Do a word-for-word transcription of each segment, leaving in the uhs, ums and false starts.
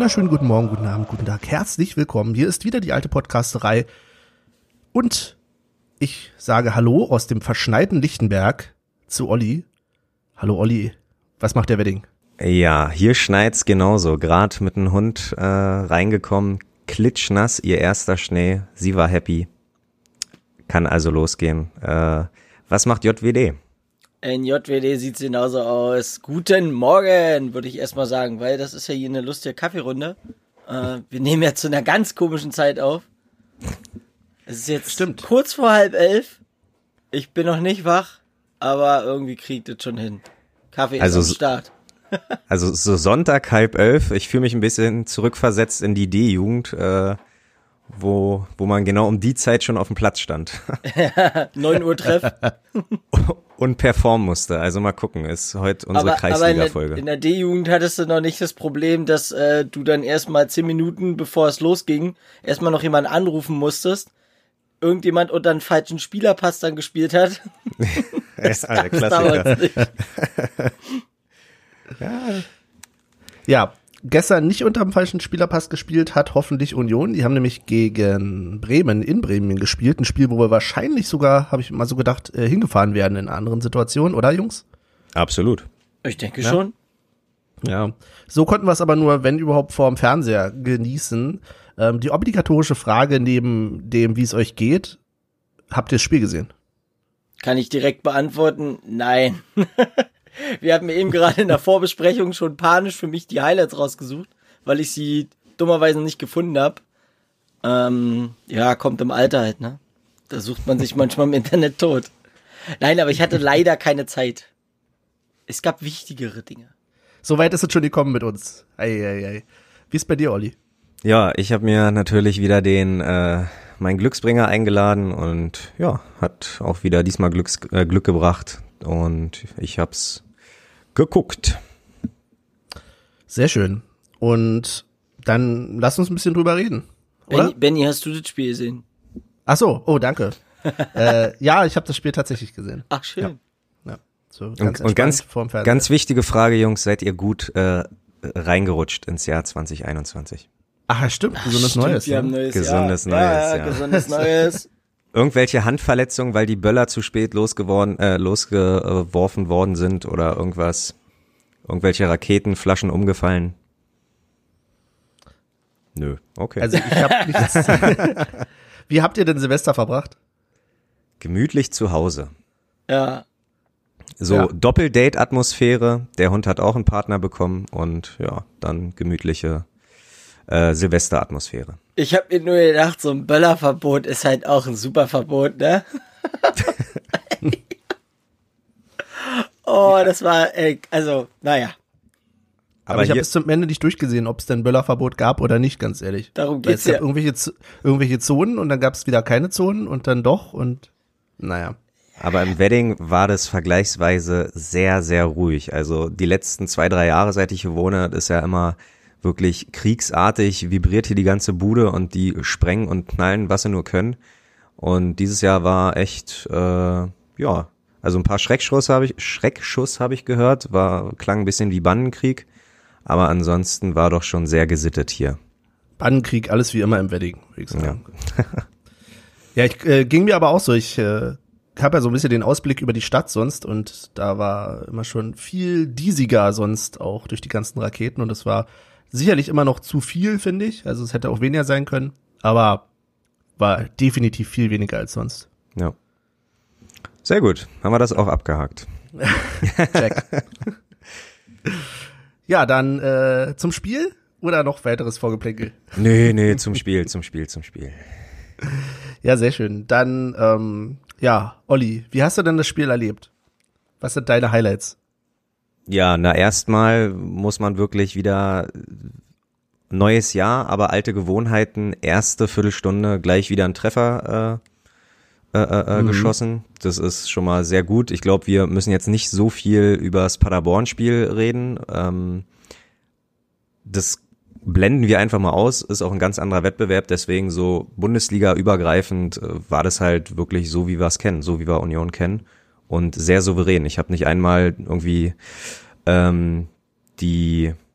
wunderschönen guten Morgen, guten Abend, guten Tag. Herzlich willkommen. Hier ist wieder die alte Podcasterei. Und ich sage Hallo aus dem verschneiten Lichtenberg zu Olli. Hallo Olli, was macht der Wedding? Ja, hier schneit's genauso. Gerade mit dem Hund äh, reingekommen, klitschnass, ihr erster Schnee. Sie war happy. Kann also losgehen. Äh, was macht J W D? In J W D sieht's genauso aus. Guten Morgen, würde ich erstmal sagen, weil das ist ja hier eine lustige Kaffeerunde. Äh, wir nehmen ja zu einer ganz komischen Zeit auf. Es ist jetzt Stimmt. kurz vor halb elf. Ich bin noch nicht wach, aber irgendwie kriegt es schon hin. Kaffee Also ist am Start. Also so Sonntag halb elf. Ich fühle mich ein bisschen zurückversetzt in die D-Jugend, äh, wo wo man genau um die Zeit schon auf dem Platz stand. neun Uhr Treff. Und performen musste. Also mal gucken, ist heute unsere Kreisliga-Folge. Aber in der, in der D-Jugend hattest du noch nicht das Problem, dass äh, du dann erstmal zehn Minuten, bevor es losging, erstmal noch jemanden anrufen musstest. Irgendjemand unter einen falschen Spielerpass dann gespielt hat. Das ist der Klassiker. Ja. ja, gestern nicht unter dem falschen Spielerpass gespielt hat hoffentlich Union. Die haben nämlich gegen Bremen in Bremen gespielt. Ein Spiel, wo wir wahrscheinlich sogar, habe ich mal so gedacht, äh, hingefahren werden in anderen Situationen, oder Jungs? Absolut. Ich denke ja. schon. Ja, so konnten wir es aber nur, wenn überhaupt, vorm Fernseher genießen. Ähm, die obligatorische Frage neben dem, wie es euch geht, habt ihr das Spiel gesehen? Kann ich direkt beantworten? Nein. Wir haben eben gerade in der Vorbesprechung schon panisch für mich die Highlights rausgesucht, weil ich sie dummerweise nicht gefunden habe. Ähm, ja, kommt im Alter halt, ne? Da sucht man sich manchmal im Internet tot. Nein, aber ich hatte leider keine Zeit. Es gab wichtigere Dinge. So weit ist es schon gekommen mit uns. Ei, ei, ei. Wie ist bei dir, Olli? Ja, ich habe mir natürlich wieder den äh, meinen Glücksbringer eingeladen und ja, hat auch wieder diesmal Glücks, äh, Glück gebracht und ich hab's geguckt. Sehr schön. Und dann lass uns ein bisschen drüber reden, oder? Benny, Benny, hast du das Spiel gesehen? Ach so, oh, danke. äh, ja, ich habe das Spiel tatsächlich gesehen. Ach, schön. Ja, ja. So Und, und ganz, vorm Fernseher. ganz wichtige Frage, Jungs, seid ihr gut äh, reingerutscht ins Jahr zwanzig einundzwanzig? Ach, stimmt, gesundes Stimmt, Neues. wir Ne? haben neues Gesundes Jahr. Neues, ja. ja. Gesundes Neues. Irgendwelche Handverletzungen, weil die Böller zu spät losgeworden, äh, losgeworfen worden sind oder irgendwas, irgendwelche Raketenflaschen umgefallen? Nö, okay. Also ich habe nichts. Wie habt ihr denn Silvester verbracht? Gemütlich zu Hause. Ja. So Ja. Doppeldate-Atmosphäre, der Hund hat auch einen Partner bekommen und ja, dann gemütliche äh, Silvester-Atmosphäre. Ich habe mir nur gedacht, so ein Böllerverbot ist halt auch ein super Verbot, ne? Oh, das war, ey, also, naja, Aber, Aber ich habe hier, bis zum Ende nicht durchgesehen, ob es denn Böllerverbot gab oder nicht, ganz ehrlich. darum Weil geht's es gab ja. irgendwelche, Z- irgendwelche Zonen und dann gab es wieder keine Zonen und dann doch und naja. aber im Wedding war das vergleichsweise sehr, sehr ruhig. Also die letzten zwei, drei Jahre, seit ich hier wohne, das ist ja immer wirklich kriegsartig, vibriert hier die ganze Bude und die sprengen und knallen, was sie nur können. Und dieses Jahr war echt, äh, ja, also ein paar Schreckschuss habe ich, Schreckschuss habe ich gehört, war, klang ein bisschen wie Bannenkrieg, aber ansonsten war doch schon sehr gesittet hier. Bannenkrieg, alles wie immer im Wedding, würde ich sagen. Ja, ja ich, äh, ging mir aber auch so, ich äh, habe ja so ein bisschen den Ausblick über die Stadt sonst und da war immer schon viel diesiger sonst auch durch die ganzen Raketen und es war sicherlich immer noch zu viel, finde ich, also es hätte auch weniger sein können, aber war definitiv viel weniger als sonst. Ja. Sehr gut, haben wir das auch abgehakt. Check. Ja, dann äh, zum Spiel oder noch weiteres Vorgeplänkel? Nee, nee, zum Spiel, zum Spiel, zum Spiel. Ja, sehr schön. Dann, ähm, ja, Olli, wie hast du denn das Spiel erlebt? Was sind deine Highlights? Ja, na erstmal muss man wirklich wieder neues Jahr, aber alte Gewohnheiten, erste Viertelstunde gleich wieder einen Treffer äh, äh, äh, mhm. geschossen. Das ist schon mal sehr gut. Ich glaube, wir müssen jetzt nicht so viel über das Paderborn-Spiel reden. Ähm, das blenden wir einfach mal aus, ist auch ein ganz anderer Wettbewerb, deswegen so Bundesliga-übergreifend äh, war das halt wirklich so, wie wir es kennen, so wie wir Union kennen und sehr souverän. Ich habe nicht einmal irgendwie ähm, die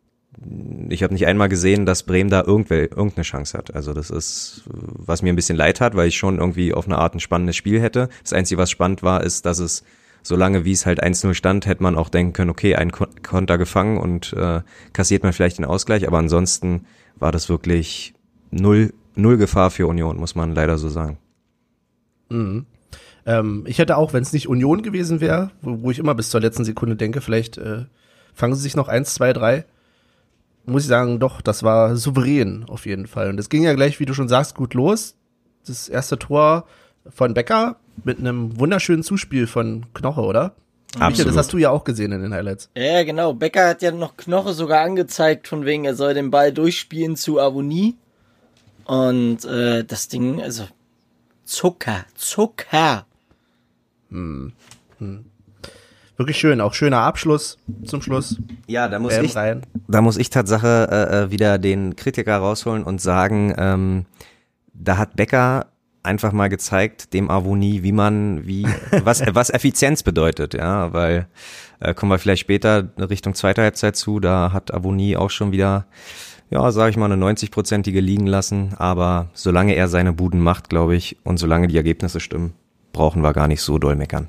ich habe nicht einmal gesehen, dass Bremen da irgendwel, irgendeine Chance hat. Also das ist, was mir ein bisschen leid hat, weil ich schon irgendwie auf eine Art ein spannendes Spiel hätte. Das Einzige, was spannend war, ist, dass es, solange wie es halt eins null stand, hätte man auch denken können, okay, ein Konter gefangen und äh, kassiert man vielleicht den Ausgleich. Aber ansonsten war das wirklich null, null Gefahr für Union, muss man leider so sagen. Mhm. Ähm, ich hätte auch, wenn es nicht Union gewesen wäre, wo, wo ich immer bis zur letzten Sekunde denke, vielleicht äh, fangen sie sich noch eins, zwei, drei, muss ich sagen, doch, das war souverän auf jeden Fall. Und es ging ja gleich, wie du schon sagst, gut los. Das erste Tor von Becker mit einem wunderschönen Zuspiel von Knoche, oder? Absolut. Michael, das hast du ja auch gesehen in den Highlights. Ja, genau. Becker hat ja noch Knoche sogar angezeigt, von wegen, er soll den Ball durchspielen zu Avonie. Und äh, das Ding, also Zucker, Zucker. Hm. Hm. Wirklich schön, auch schöner Abschluss zum Schluss. Ja, da muss Bam, ich, rein. da muss ich Tatsache äh, wieder den Kritiker rausholen und sagen, ähm, da hat Becker einfach mal gezeigt, dem Avonie, wie man, wie, was, was Effizienz bedeutet, ja, weil, äh, kommen wir vielleicht später Richtung zweiter Halbzeit zu, da hat Avonie auch schon wieder, ja, sag ich mal, eine neunzig-prozentige liegen lassen, aber solange er seine Buden macht, glaube ich, und solange die Ergebnisse stimmen, brauchen wir gar nicht so doll meckern.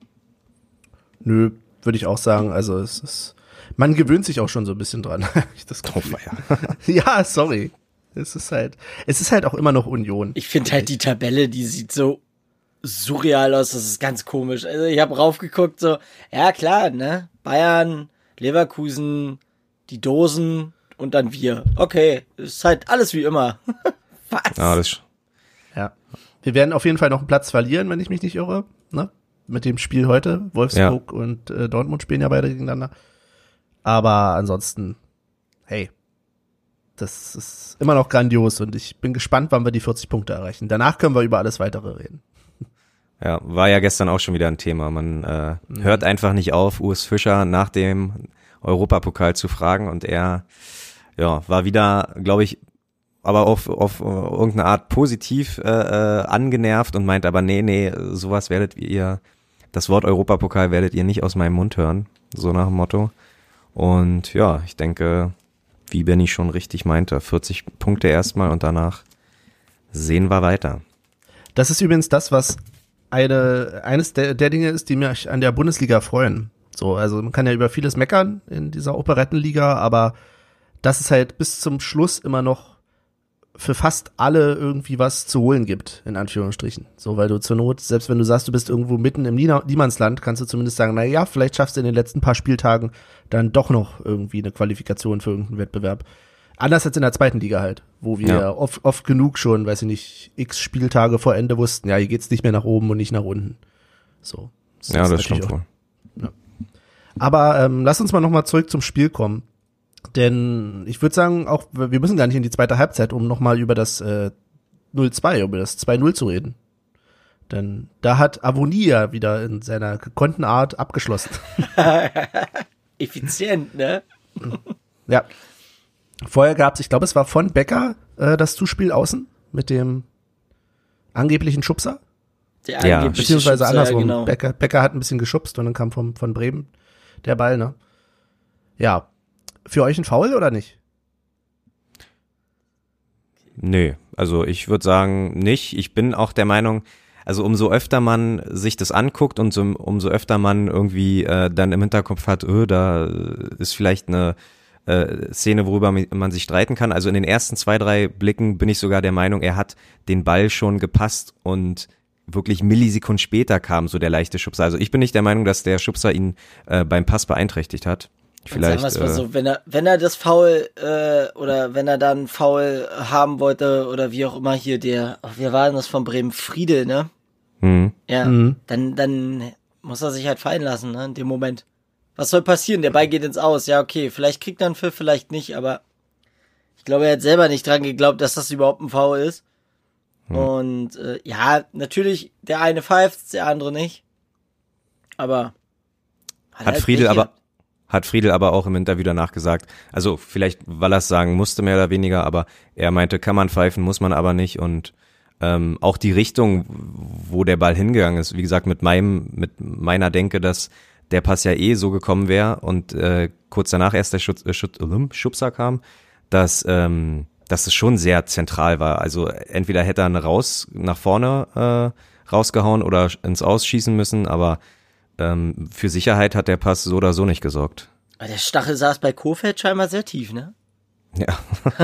Nö, würde ich auch sagen, also es ist, man gewöhnt sich auch schon so ein bisschen dran. Ich das Gefühl. Oh, ja. Ja, sorry. Es ist halt, es ist halt auch immer noch Union. Ich finde halt die Tabelle, die sieht so surreal aus, das ist ganz komisch. Also ich habe raufgeguckt, so, ja klar, ne, Bayern, Leverkusen, die Dosen und dann wir. Okay, ist halt alles wie immer. Was? Ja, das Ja. Wir werden auf jeden Fall noch einen Platz verlieren, wenn ich mich nicht irre, ne? Mit dem Spiel heute. Wolfsburg ja. und äh, Dortmund spielen ja beide gegeneinander. Aber ansonsten, hey, das ist immer noch grandios und ich bin gespannt, wann wir die vierzig Punkte erreichen. Danach können wir über alles Weitere reden. Ja, war ja gestern auch schon wieder ein Thema. Man äh, mhm. hört einfach nicht auf, Urs Fischer nach dem Europapokal zu fragen und er ja war wieder, glaube ich, aber auf, auf irgendeine Art positiv äh, äh, angenervt und meint aber, nee, nee, sowas werdet ihr, das Wort Europapokal werdet ihr nicht aus meinem Mund hören, so nach dem Motto. Und ja, ich denke, wie Benny schon richtig meinte, vierzig Punkte erstmal und danach sehen wir weiter. Das ist übrigens das, was eine eines der, der Dinge ist, die mich an der Bundesliga freuen. So, also man kann ja über vieles meckern in dieser Operettenliga, aber dass es halt bis zum Schluss immer noch für fast alle irgendwie was zu holen gibt, in Anführungsstrichen. So, weil du zur Not, selbst wenn du sagst, du bist irgendwo mitten im Niemandsland, kannst du zumindest sagen, na ja, vielleicht schaffst du in den letzten paar Spieltagen dann doch noch irgendwie eine Qualifikation für irgendeinen Wettbewerb. Anders als in der zweiten Liga halt, wo wir ja. oft, oft genug schon, weiß ich nicht, x Spieltage vor Ende wussten, ja, hier geht's nicht mehr nach oben und nicht nach unten. So. Das ja, das stimmt wohl. Ja. Aber ähm, lass uns mal nochmal zurück zum Spiel kommen. Denn ich würde sagen, auch wir müssen gar nicht in die zweite Halbzeit, um nochmal über das äh, null zwei, über das zwei null zu reden. Denn da hat Avonie ja wieder in seiner gekonnten Art abgeschlossen. Effizient, ne? Ja. Vorher gab's, ich glaube, es war von Becker äh, das Zuspiel außen mit dem angeblichen Schubser. Der ja, angebliche beziehungsweise Schubser, andersrum. ja, genau. Becker, Becker hat ein bisschen geschubst und dann kam vom, von Bremen der Ball, ne? Ja. Für euch ein Foul oder nicht? Nö, also ich würde sagen nicht. Ich bin auch der Meinung, also umso öfter man sich das anguckt und so, umso öfter man irgendwie äh, dann im Hinterkopf hat, öh, da ist vielleicht eine äh, Szene, worüber man sich streiten kann. Also in den ersten zwei, drei Blicken bin ich sogar der Meinung, er hat den Ball schon gepasst und wirklich Millisekunden später kam so der leichte Schubser. Also ich bin nicht der Meinung, dass der Schubser ihn äh, beim Pass beeinträchtigt hat. Vielleicht, sagen wir es mal so, wenn er, wenn er das Foul, äh, oder wenn er dann Foul haben wollte, oder wie auch immer hier der, ach, wir waren das von Bremen, Friedel, ne? Mhm. Ja, Mhm. dann, dann muss er sich halt fallen lassen, ne, in dem Moment. Was soll passieren? Der Ball geht ins Aus, ja, okay, vielleicht kriegt er einen Pfiff, vielleicht nicht, aber ich glaube, er hat selber nicht dran geglaubt, dass das überhaupt ein Foul ist. Mhm. Und, äh, ja, natürlich, der eine pfeift, der andere nicht. Aber, hat halt Friedel nicht aber, gehabt. Hat Friedel aber auch im Interview danach gesagt, also vielleicht, weil er es sagen musste, mehr oder weniger, aber er meinte, kann man pfeifen, muss man aber nicht und ähm, auch die Richtung, wo der Ball hingegangen ist, wie gesagt, mit meinem, mit meiner Denke, dass der Pass ja eh so gekommen wäre und äh, kurz danach erst der Schutz, äh, Schutz, äh, Schubser kam, dass ähm, dass es schon sehr zentral war. Also entweder hätte er ihn raus nach vorne äh, rausgehauen oder ins Ausschießen müssen, aber ähm, für Sicherheit hat der Pass so oder so nicht gesorgt. Der Stachel saß bei Kohfeldt scheinbar sehr tief, ne? Ja.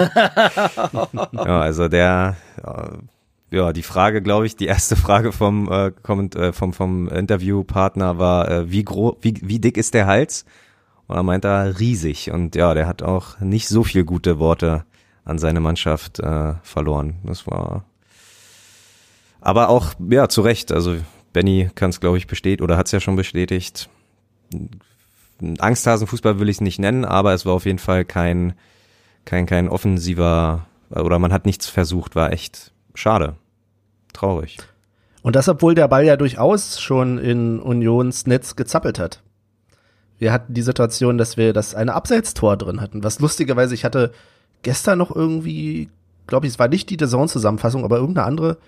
Ja, also der, ja, die Frage, glaube ich, die erste Frage vom äh, Komment, äh, vom vom Interviewpartner war, äh, wie groß, wie wie dick ist der Hals? Und er meint er riesig. Und ja, der hat auch nicht so viel gute Worte an seine Mannschaft äh, verloren. Das war, aber auch ja zu Recht. Also Benny kann es, glaube ich, bestätigen oder hat es ja schon bestätigt. Angsthasenfußball will ich es nicht nennen, aber es war auf jeden Fall kein kein kein offensiver oder man hat nichts versucht, war echt schade, traurig. Und das, obwohl der Ball ja durchaus schon in Unions Netz gezappelt hat. Wir hatten die Situation, dass wir das eine Abseitstor drin hatten, was lustigerweise, ich hatte gestern noch irgendwie, glaube ich, es war nicht die D A Z N-Zusammenfassung, aber irgendeine andere,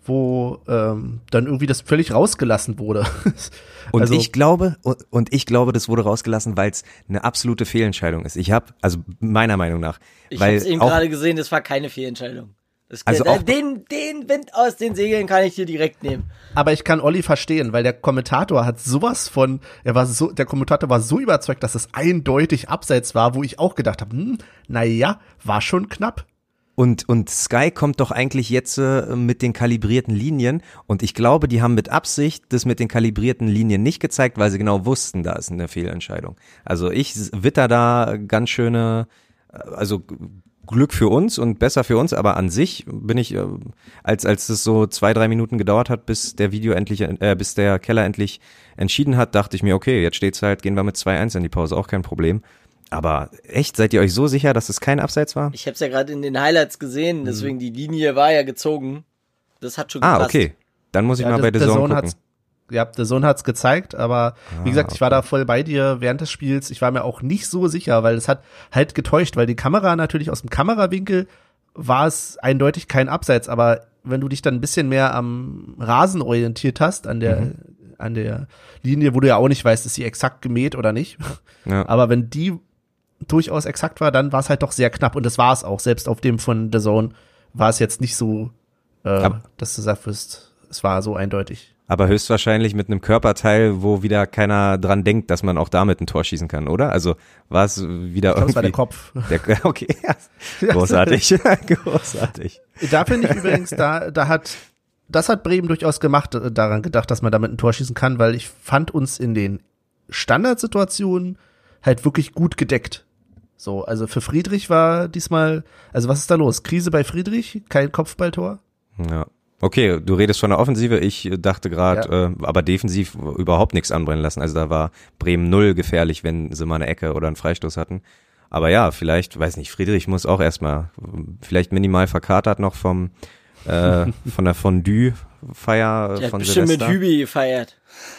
wo ähm, dann irgendwie das völlig rausgelassen wurde. Und also, ich glaube, und ich glaube, das wurde rausgelassen, weil es eine absolute Fehlentscheidung ist. Ich habe, also meiner Meinung nach, ich weil habe es eben auch, gerade gesehen, das war keine Fehlentscheidung. Das, Also der, auch- den, den Wind aus den Segeln kann ich dir direkt nehmen. aber ich kann Olli verstehen, weil der Kommentator hat sowas von, er war so, der Kommentator war so überzeugt, dass es eindeutig abseits war, wo ich auch gedacht habe, hm, naja, war schon knapp. Und, und Sky kommt doch eigentlich jetzt äh, mit den kalibrierten Linien und ich glaube, die haben mit Absicht das mit den kalibrierten Linien nicht gezeigt, weil sie genau wussten, da ist eine Fehlentscheidung. Also ich witter da ganz schöne, äh, also Glück für uns und besser für uns, aber an sich bin ich, äh, als als es so zwei, drei Minuten gedauert hat, bis der Video endlich, äh, bis der Keller endlich entschieden hat, dachte ich mir, okay, jetzt steht's halt, gehen wir mit zwei eins in die Pause, auch kein Problem. Aber echt, seid ihr euch so sicher, dass es kein Abseits war? Ich habe es ja gerade in den Highlights gesehen, deswegen die Linie war ja gezogen. Das hat schon gepasst. Ah, okay. Dann muss ich Ja, mal bei der The Zone Zone gucken. hat's, ja, der Sohn hat's gezeigt, aber wie Ah, gesagt, ich war okay. da voll bei dir während des Spiels. Ich war mir auch nicht so sicher, weil es hat halt getäuscht, weil die Kamera natürlich aus dem Kamerawinkel war es eindeutig kein Abseits, aber wenn du dich dann ein bisschen mehr am Rasen orientiert hast, an der, Mhm. an der Linie, wo du ja auch nicht weißt, ist sie exakt gemäht oder nicht. Ja. Aber wenn die durchaus exakt war, dann war es halt doch sehr knapp und das war es auch. Selbst auf dem von The Zone war es jetzt nicht so, äh, Aber- dass du sagst, es war so eindeutig. Aber höchstwahrscheinlich mit einem Körperteil, wo wieder keiner dran denkt, dass man auch damit ein Tor schießen kann, oder? Also war es wieder Ich glaube, es war der irgendwie... Kopf. Der, okay, ja. Großartig, großartig. Da finde ich übrigens, da, da hat, das hat Bremen durchaus gemacht, äh, daran gedacht, dass man damit ein Tor schießen kann, weil ich fand uns in den Standardsituationen halt wirklich gut gedeckt. So, also für Friedrich war diesmal, also was ist da los? Krise bei Friedrich? Kein Kopfballtor? Ja. Okay, du redest von der Offensive. Ich dachte gerade, Ja. äh, aber defensiv überhaupt nichts anbrennen lassen. Also da war Bremen null gefährlich, wenn sie mal eine Ecke oder einen Freistoß hatten. Aber ja, vielleicht, weiß nicht, Friedrich muss auch erstmal, vielleicht minimal verkatert noch vom äh, von der Fondue-Feier Der hat von bestimmt mit Silvester. Hübi gefeiert.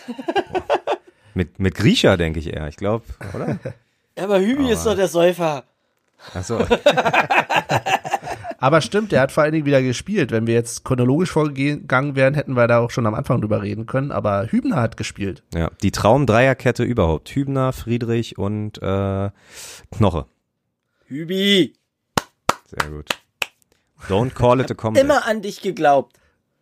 Mit, mit Griecher, denke ich eher. Ich glaube, oder? Ja, aber Hübi Aber- ist doch der Säufer. Ach so. Aber stimmt, der hat vor allen Dingen wieder gespielt. Wenn wir jetzt chronologisch vorgegangen wären, hätten wir da auch schon am Anfang drüber reden können. Aber Hübner hat gespielt. Ja, die Traum-Dreierkette überhaupt. Hübner, Friedrich und äh, Knoche. Hübi, Sehr gut. Don't call it a comeback. immer an dich geglaubt.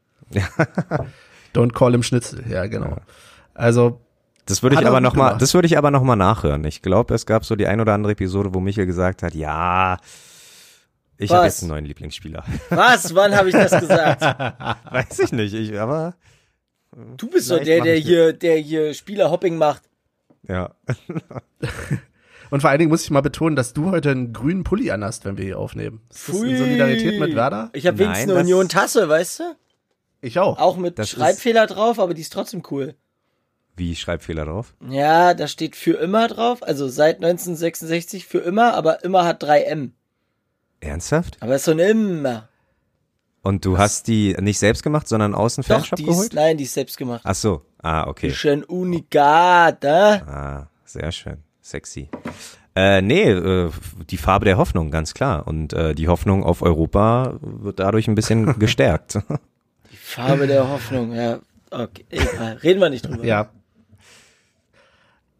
Don't call him Schnitzel. Ja, genau. Also, Das würde ich Hat er aber gut noch mal, gemacht. das würde ich aber noch mal nachhören. Ich glaube, es gab so die ein oder andere Episode, wo Michael gesagt hat, ja, ich habe Was? jetzt einen neuen Lieblingsspieler. Was? Wann habe ich das gesagt? Weiß ich nicht, ich, aber Du bist doch Vielleicht der, mach der ich hier, der hier Spielerhopping macht. ja. und vor allen Dingen muss ich mal betonen, dass du heute einen grünen Pulli anhast, wenn wir hier aufnehmen. Ist das in Pfui. Solidarität mit Werder? Ich habe wenigstens Nein, eine das- Union-Tasse, weißt du? Ich auch. Auch mit Das ist- Schreibfehler drauf, aber die ist trotzdem cool. Wie Schreibfehler drauf? Ja, da steht für immer drauf, also seit neunzehnhundertsechsundsechzig für immer, aber immer hat drei M. Ernsthaft? Aber ist so ein immer. Und du hast die nicht selbst gemacht, sondern aus dem Doch, Fanshop die geholt? ist, nein, die ist selbst gemacht. Ach so. Ah, okay. Ist ein Unikat, ne? Ah, sehr schön. Sexy. Äh, nee, äh, die Farbe der Hoffnung, ganz klar. Und äh, die Hoffnung auf Europa wird dadurch ein bisschen gestärkt. Die Farbe der Hoffnung, ja. Okay, egal. Reden wir nicht drüber. Ja.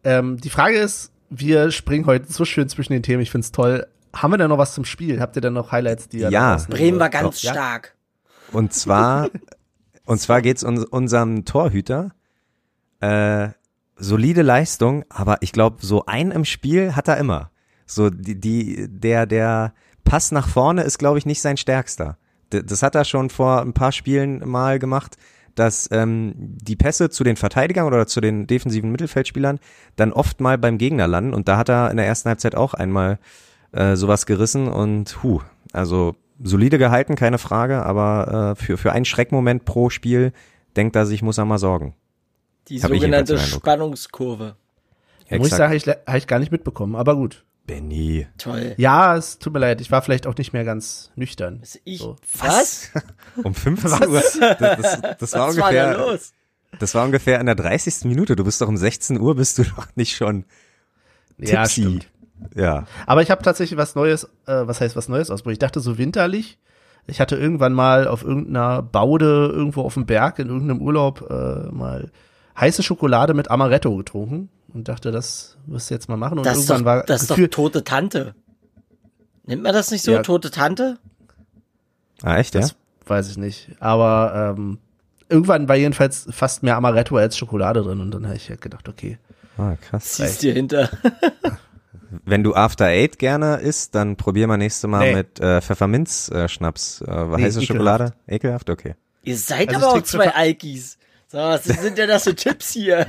Ähm, die Frage ist, wir springen heute so schön zwischen den Themen, ich find's toll. Haben wir denn noch was zum Spiel? Habt ihr denn noch Highlights, die ihr Ja. da rausnehmen Bremen war wollt? ganz Ja? stark. Und zwar, und zwar geht's um unserem Torhüter. Äh, solide Leistung, aber ich glaube, so einen im Spiel hat er immer. So die, die, der, der Pass nach vorne ist, glaube ich, nicht sein stärkster. D- Das hat er schon vor ein paar Spielen mal gemacht, dass ähm, die Pässe zu den Verteidigern oder zu den defensiven Mittelfeldspielern dann oft mal beim Gegner landen. Und da hat er in der ersten Halbzeit auch einmal äh, sowas gerissen und hu, also solide gehalten, keine Frage, aber äh, für, für einen Schreckmoment pro Spiel denkt er sich, muss er mal sorgen. Die Hab ich sogenannte jedenfalls den Eindruck. Spannungskurve. Muss ich sagen, habe ich, le- hab ich gar nicht mitbekommen, aber gut. Benny. Toll. Ja, es tut mir leid, ich war vielleicht auch nicht mehr ganz nüchtern. Was? Ich, So. was? Um fünfzehn Uhr. Das, das, das war Was war da ungefähr. los? Das war ungefähr in der dreißigsten Minute. Du bist doch um sechzehn Uhr, bist du doch nicht schon Ja, tipsy. stimmt. Ja. Aber ich habe tatsächlich was Neues, äh, was heißt was Neues ausprobiert. Ich dachte so winterlich. Ich hatte irgendwann mal auf irgendeiner Baude irgendwo auf dem Berg in irgendeinem Urlaub äh, mal heiße Schokolade mit Amaretto getrunken und dachte, das wirst du jetzt mal machen. Und Das ist irgendwann doch, war das ist doch Gefühl, tote Tante. Nennt man das nicht so? Ja. Tote Tante? Ah, echt, ja? das weiß ich nicht. Aber ähm, irgendwann war jedenfalls fast mehr Amaretto als Schokolade drin und dann habe ich halt gedacht, okay. Ah, krass. Ziehst dir hinter. Wenn du After Eight gerne isst, dann probier mal nächste Mal Nee. mit äh, Pfefferminz-Schnaps. Äh, Nee, heiße ekelhaft. Schokolade? Ekelhaft? Okay. Ihr seid Also aber ich auch trink zwei Pfeffer- Alkis. So, was sind denn das für Tipps hier?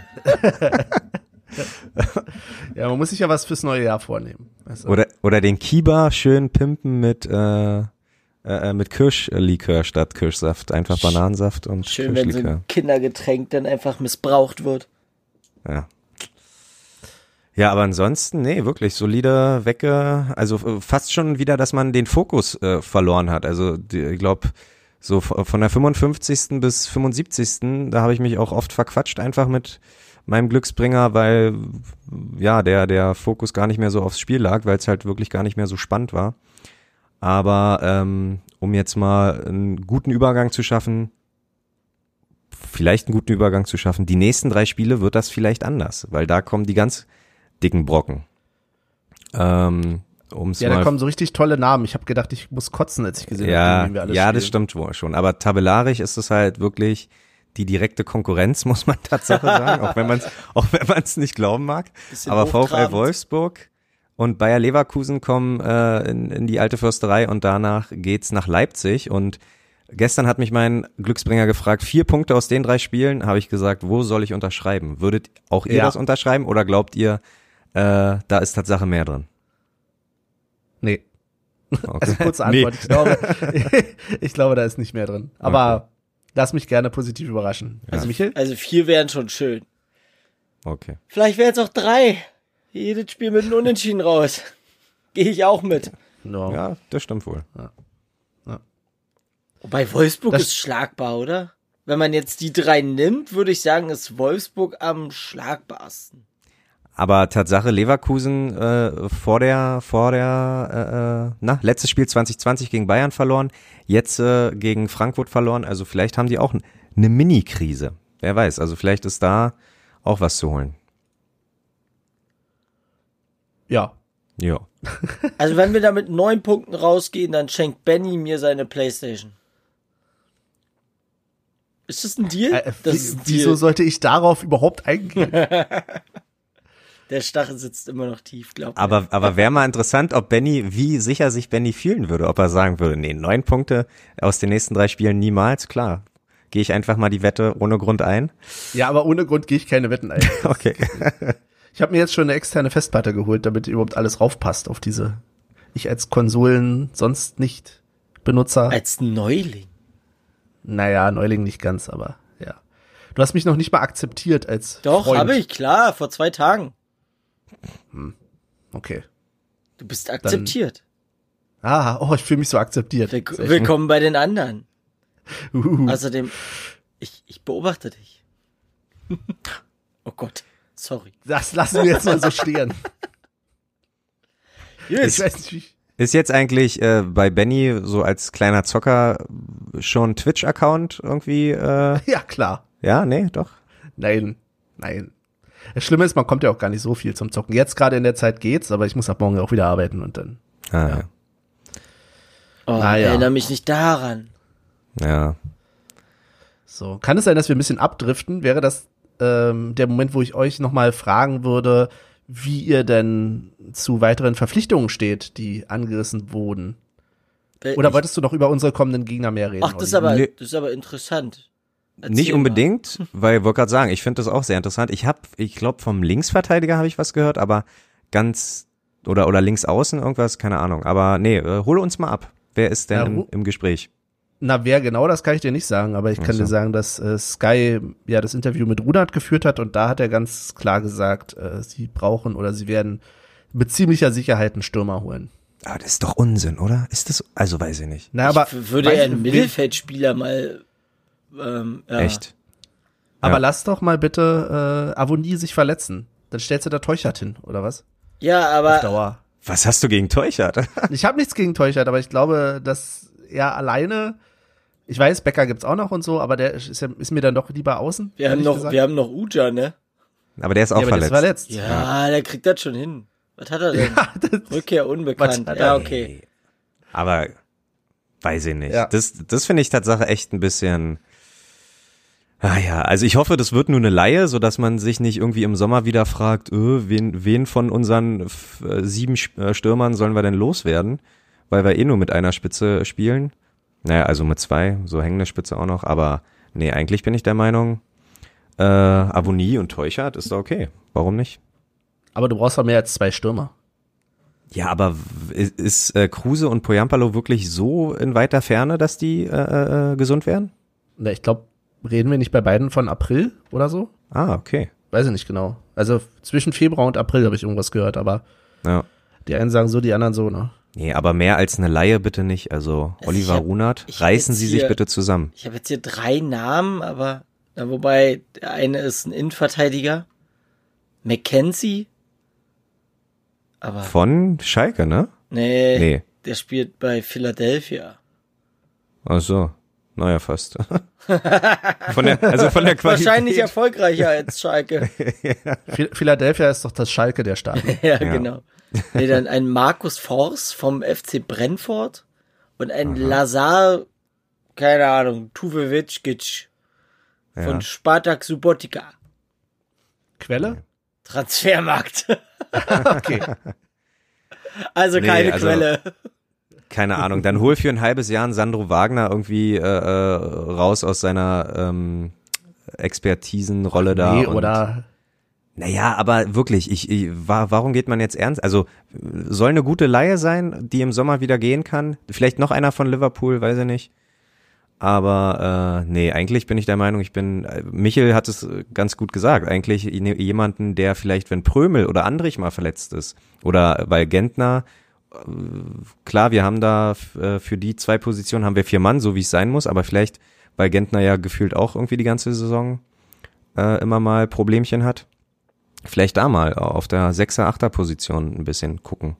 Ja, man muss sich ja was fürs neue Jahr vornehmen. Also, Oder, oder den Kiba schön pimpen mit, äh, äh, mit Kirschlikör statt Kirschsaft. Einfach Bananensaft und Schön, wenn so Kirschlikör. ein Kindergetränk dann einfach missbraucht wird. Ja. Ja, aber ansonsten, nee, wirklich solide Wecke, also äh, fast schon wieder, dass man den Fokus äh, verloren hat. Also die, ich glaube, so f- von der fünfundfünfzigsten bis fünfundsiebzigsten da habe ich mich auch oft verquatscht einfach mit meinem Glücksbringer, weil ja, der der Fokus gar nicht mehr so aufs Spiel lag, weil es halt wirklich gar nicht mehr so spannend war. Aber ähm, um jetzt mal einen guten Übergang zu schaffen, vielleicht einen guten Übergang zu schaffen, die nächsten drei Spiele wird das vielleicht anders, weil da kommen die ganz dicken Brocken. Ähm, um's ja, mal da kommen so richtig tolle Namen. Ich habe gedacht, ich muss kotzen, als ich gesehen ja, habe, wie wir alles ja, das spielen. stimmt wohl schon. Aber tabellarisch ist es halt wirklich die direkte Konkurrenz, muss man Tatsache sagen, auch wenn man es auch wenn man es nicht glauben mag. Bisschen Aber VfL hochtrabend. Wolfsburg und Bayer Leverkusen kommen äh, in, in die alte Försterei und danach geht's nach Leipzig. Und gestern hat mich mein Glücksbringer gefragt, vier Punkte aus den drei Spielen, habe ich gesagt, wo soll ich unterschreiben? Würdet auch ihr Ja. das unterschreiben oder glaubt ihr, äh, da ist Tatsache mehr drin? Nee. Okay. Also kurze Nee. Antwort. Ich glaube, ich glaube, da ist nicht mehr drin. Aber lass mich gerne positiv überraschen. Also Michael? Also vier wären schon schön. Okay. Vielleicht wären es auch drei. Jedes Spiel mit einem Unentschieden raus. Gehe ich auch mit. No. Ja, das stimmt wohl. Wobei Wolfsburg Das- ist schlagbar, oder? Wenn man jetzt die drei nimmt, würde ich sagen, ist Wolfsburg am schlagbarsten. Aber Tatsache Leverkusen äh, vor der, vor der, äh, äh, na, letztes Spiel zwanzig zwanzig gegen Bayern verloren, jetzt äh, gegen Frankfurt verloren, also vielleicht haben die auch n- eine Mini-Krise. Wer weiß, also vielleicht ist da auch was zu holen. Ja. Ja. Also wenn wir da mit neun Punkten rausgehen, dann schenkt Benny mir seine Playstation. Ist das ein Deal? Äh, das wie, ist ein wieso Deal. sollte ich darauf überhaupt eingehen? Der Stachel sitzt immer noch tief, glaub mir. Aber, aber wäre mal interessant, ob Benny, wie sicher sich Benny fühlen würde, ob er sagen würde, nee, neun Punkte aus den nächsten drei Spielen niemals, klar. Gehe ich einfach mal die Wette ohne Grund ein. Ja, aber ohne Grund gehe ich keine Wetten ein. Okay. Ich habe mir jetzt schon eine externe Festplatte geholt, damit überhaupt alles raufpasst auf diese. Ich als Konsolen sonst nicht Benutzer. Als Neuling. Naja, Neuling nicht ganz, aber ja. Du hast mich noch nicht mal akzeptiert als Doch, Freund. habe ich, klar, vor zwei Tagen. Okay. Du bist akzeptiert. Ah, oh, ich fühle mich so akzeptiert. Will- Sehr Willkommen bei den anderen. schön. Uhu. Außerdem, ich, ich beobachte dich. Oh Gott, sorry. Das lassen wir jetzt mal so stehen. Ich Yes. weiß nicht, wie ich Ist jetzt eigentlich äh, bei Benny so als kleiner Zocker schon Twitch-Account irgendwie, äh, Ja, klar. ja, nee, doch. Nein, nein. Das Schlimme ist, man kommt ja auch gar nicht so viel zum Zocken. Jetzt gerade in der Zeit geht's, aber ich muss ab morgen auch wieder arbeiten und dann. Ah, ja. ja. Oh, Naja. erinnere mich nicht daran. Ja. So, kann es sein, dass wir ein bisschen abdriften? Wäre das ähm, der Moment, wo ich euch nochmal fragen würde, wie ihr denn zu weiteren Verpflichtungen steht, die angerissen wurden? Äh, Oder ich, wolltest du noch über unsere kommenden Gegner mehr reden? Ach, das ist, Olli? aber, Nee. das ist aber interessant. Erzähl Nicht mal. unbedingt, weil ich wollte gerade sagen, ich finde das auch sehr interessant. Ich habe, ich glaube, vom Linksverteidiger habe ich was gehört, aber ganz, oder oder links außen irgendwas, keine Ahnung. Aber nee, äh, hole uns mal ab. Wer ist denn Ja, im, ru- im Gespräch? Na, wer genau, das kann ich dir nicht sagen, aber ich kann Ach so. dir sagen, dass äh, Sky ja das Interview mit Runert geführt hat und da hat er ganz klar gesagt, äh, sie brauchen oder sie werden mit ziemlicher Sicherheit einen Stürmer holen. Ah, das ist doch Unsinn, oder? Ist das, also weiß ich nicht. Na, aber ich würde weiß ja ich- einen Mittelfeldspieler mal. Ähm, ja. Echt? Aber Ja. lass doch mal bitte äh, Avonie sich verletzen. Dann stellst du da Teuchert hin, oder was? Ja, Auf aber Dauer. Was hast du gegen Teuchert? Ich habe nichts gegen Teuchert, aber ich glaube, dass er alleine, ich weiß, Becker gibt's auch noch und so, aber der ist, ja, ist mir dann doch lieber außen. wir haben ehrlich noch, gesagt. wir haben noch Uja, ne? Aber der ist auch ja, aber der ist verletzt. verletzt. Ja, der kriegt das schon hin. Was hat er denn? Ja, das, Rückkehr unbekannt. Was hat Ja, er? okay. Aber weiß ich nicht. Ja. Das, das finde ich Tatsache echt ein bisschen. Ah ja, also ich hoffe, das wird nur eine Leihe, so dass man sich nicht irgendwie im Sommer wieder fragt, öh, wen, wen von unseren f- äh, sieben Sch- äh, Stürmern sollen wir denn loswerden, weil wir eh nur mit einer Spitze spielen. Naja, also mit zwei, so hängende Spitze auch noch, aber nee, eigentlich bin ich der Meinung, äh, Avonie und Teuchert ist doch okay. Warum nicht? aber du brauchst doch mehr als zwei Stürmer. Ja, aber w- ist, ist äh, Kruse und Poyampalo wirklich so in weiter Ferne, dass die äh, äh, gesund werden? Na, ich glaube, reden wir nicht bei beiden von April oder so? Ah, okay. Weiß ich nicht genau. Also zwischen Februar und April habe ich irgendwas gehört, aber Ja. die einen sagen so, die anderen so, ne? Nee, aber mehr als eine Laie bitte nicht. Also Also Oliver ich hab- Runert, ich hab reißen jetzt Sie sich hier- bitte zusammen. Ich habe jetzt hier drei Namen, aber na, wobei der eine ist ein Innenverteidiger. Mackenzie. Aber Von Schalke, ne? nee, Nee. der spielt bei Philadelphia. Ach so. Naja, fast. von der, also von der Qualität. Wahrscheinlich erfolgreicher als Schalke. Phil- Philadelphia ist doch das Schalke der Staaten. ja, Ja. genau. Nee, dann ein Markus Fors vom F C Brentford und ein Lazar, keine Ahnung, Tuvevicic von Ja. Spartak Subotica. Quelle? Transfermarkt. Okay. Also Nee, keine also- Quelle. Keine Ahnung. Dann hol für ein halbes Jahr einen Sandro Wagner irgendwie äh, äh, raus aus seiner ähm, Expertisenrolle da. Nee, und- oder Naja, aber wirklich, ich, ich wa- warum geht man jetzt ernst? Also soll eine gute Leihe sein, die im Sommer wieder gehen kann. Vielleicht noch einer von Liverpool, weiß ich nicht. Aber äh, nee, eigentlich bin ich der Meinung, ich bin, äh, Michel hat es ganz gut gesagt, eigentlich ne- jemanden, der vielleicht, wenn Prömel oder Andrich mal verletzt ist, oder weil Gentner, äh, klar, wir haben da f- äh, für die zwei Positionen haben wir vier Mann, so wie es sein muss, aber vielleicht, weil Gentner ja gefühlt auch irgendwie die ganze Saison äh, immer mal Problemchen hat, vielleicht da mal auf der Sechser-, Achter-Position ein bisschen gucken.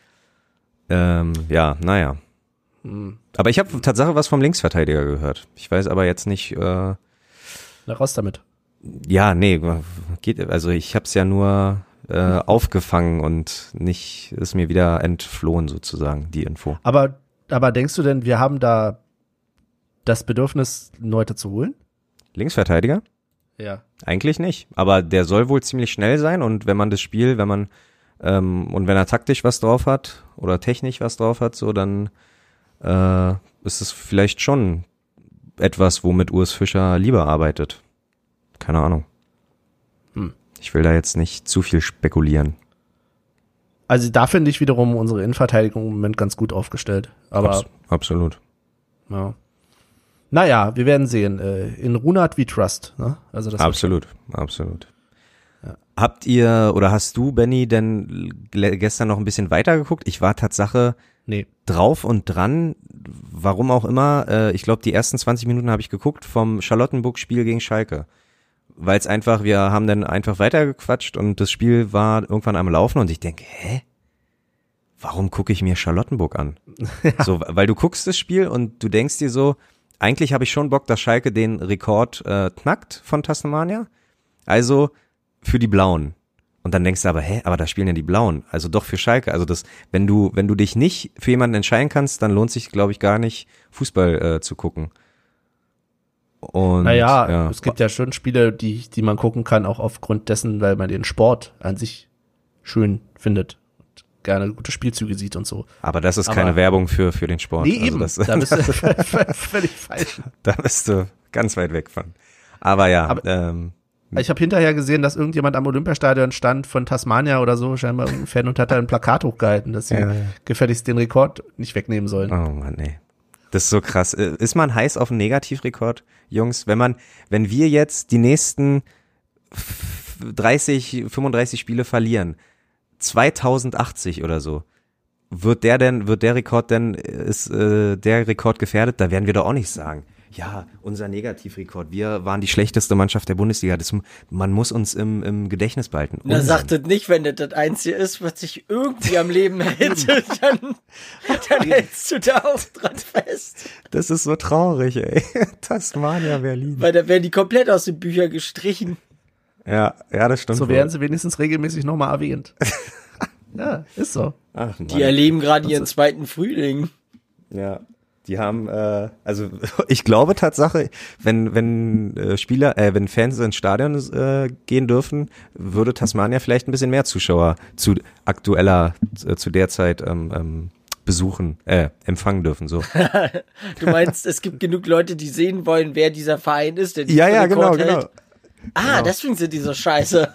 Ähm, ja, naja. Aber ich habe Tatsache was vom Linksverteidiger gehört. Ich weiß aber jetzt nicht, äh, na, raus damit. ja, nee, geht, also ich habe es ja nur äh, aufgefangen und nicht, ist mir wieder entflohen sozusagen, die Info. Aber, aber denkst du denn, wir haben da das Bedürfnis, Leute zu holen? Linksverteidiger? Ja. Eigentlich nicht, aber der soll wohl ziemlich schnell sein und wenn man das Spiel, wenn man ähm, und wenn er taktisch was drauf hat oder technisch was drauf hat, so dann äh, ist es vielleicht schon etwas, womit Urs Fischer lieber arbeitet. Keine Ahnung. Hm. Ich will da jetzt nicht zu viel spekulieren. Also da finde ich wiederum unsere Innenverteidigung im Moment ganz gut aufgestellt. Aber Abs- absolut. ja. Naja, wir werden sehen. Äh, in Runert wie Trust. Ne? Also das wird Absolut, absolut. Habt ihr oder hast du, Benny, denn le- gestern noch ein bisschen weitergeguckt? Ich war Tatsache Nee. drauf und dran, warum auch immer. Äh, ich glaube, die ersten zwanzig Minuten habe ich geguckt vom Charlottenburg-Spiel gegen Schalke. Weil es einfach, wir haben dann einfach weitergequatscht und das Spiel war irgendwann am Laufen und ich denke, hä? Warum gucke ich mir Charlottenburg an? So, weil du guckst das Spiel und du denkst dir so, eigentlich habe ich schon Bock, dass Schalke den Rekord äh, knackt von Tasmania. Also für die Blauen. Und dann denkst du aber, hä, aber da spielen ja die Blauen. Also doch für Schalke. Also das, wenn du, wenn du dich nicht für jemanden entscheiden kannst, dann lohnt sich, glaube ich, gar nicht, Fußball äh, zu gucken. Und, naja, ja. es gibt ja schon Spiele, die, die man gucken kann, auch aufgrund dessen, weil man den Sport an sich schön findet und gerne gute Spielzüge sieht und so. Aber das ist aber keine Werbung für, für den Sport. Nee, also eben. Das, da bist du völlig falsch. Da bist du ganz weit weg von. Aber ja, aber, ähm, ich habe hinterher gesehen, dass irgendjemand am Olympiastadion stand von Tasmania oder so, scheinbar irgendein Fan, und hat da ein Plakat hochgehalten, dass sie ja, ja. gefälligst den Rekord nicht wegnehmen sollen. Oh Mann, nee. Das ist so krass. Ist man heiß auf einen Negativrekord, Jungs? Wenn man, wenn wir jetzt die nächsten dreißig, fünfunddreißig Spiele verlieren, zweitausendachtzig oder so, wird der denn, wird der Rekord denn, ist äh, der Rekord gefährdet? Da werden wir doch auch nicht sagen. Ja, unser Negativrekord. Wir waren die schlechteste Mannschaft der Bundesliga. Das, man muss uns im, im Gedächtnis behalten. Na, sagt das nicht, wenn das das Einzige ist, was sich irgendwie am Leben hält, dann, dann hältst du da auch dran fest. Das ist so traurig, ey. Tasmania, Berlin. Weil da werden die komplett aus den Büchern gestrichen. Ja, ja, das stimmt. So werden sie wenigstens regelmäßig nochmal erwähnt. Ja, ist so. Ach, Mann. Die erleben gerade ihren zweiten Frühling. Ja. Die haben, äh, also ich glaube Tatsache, wenn wenn äh, Spieler, äh, wenn Fans ins Stadion äh, gehen dürfen, würde Tasmania vielleicht ein bisschen mehr Zuschauer zu aktueller, äh, zu der Zeit ähm, ähm, besuchen, äh, empfangen dürfen. So. Du meinst, es gibt genug Leute, die sehen wollen, wer dieser Verein ist, der ja, ja, genau, hält. genau. Ah, genau. deswegen sind die so scheiße.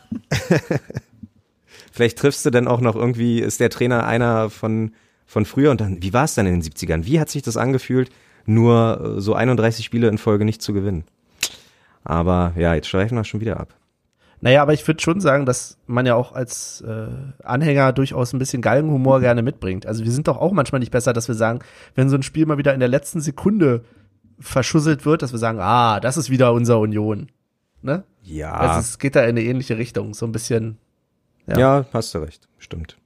Vielleicht triffst du dann auch noch irgendwie, ist der Trainer einer von von früher und dann, wie war es dann in den siebzigern? Wie hat sich das angefühlt, nur so einunddreißig Spiele in Folge nicht zu gewinnen? Aber ja, jetzt schweifen wir schon wieder ab. Naja, aber ich würde schon sagen, dass man ja auch als äh, Anhänger durchaus ein bisschen Galgenhumor gerne mitbringt. Also wir sind doch auch manchmal nicht besser, dass wir sagen, wenn so ein Spiel mal wieder in der letzten Sekunde verschusselt wird, dass wir sagen, ah, das ist wieder unser Union. Ne? Ja. Also es geht da in eine ähnliche Richtung, so ein bisschen. Ja, ja, hast du recht, stimmt.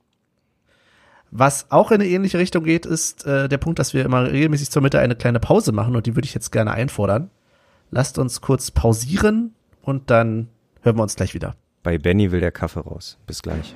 Was auch in eine ähnliche Richtung geht, ist äh, der Punkt, dass wir immer regelmäßig zur Mitte eine kleine Pause machen und die würde ich jetzt gerne einfordern. Lasst uns kurz pausieren und dann hören wir uns gleich wieder. Bei Benny will der Kaffee raus. Bis gleich.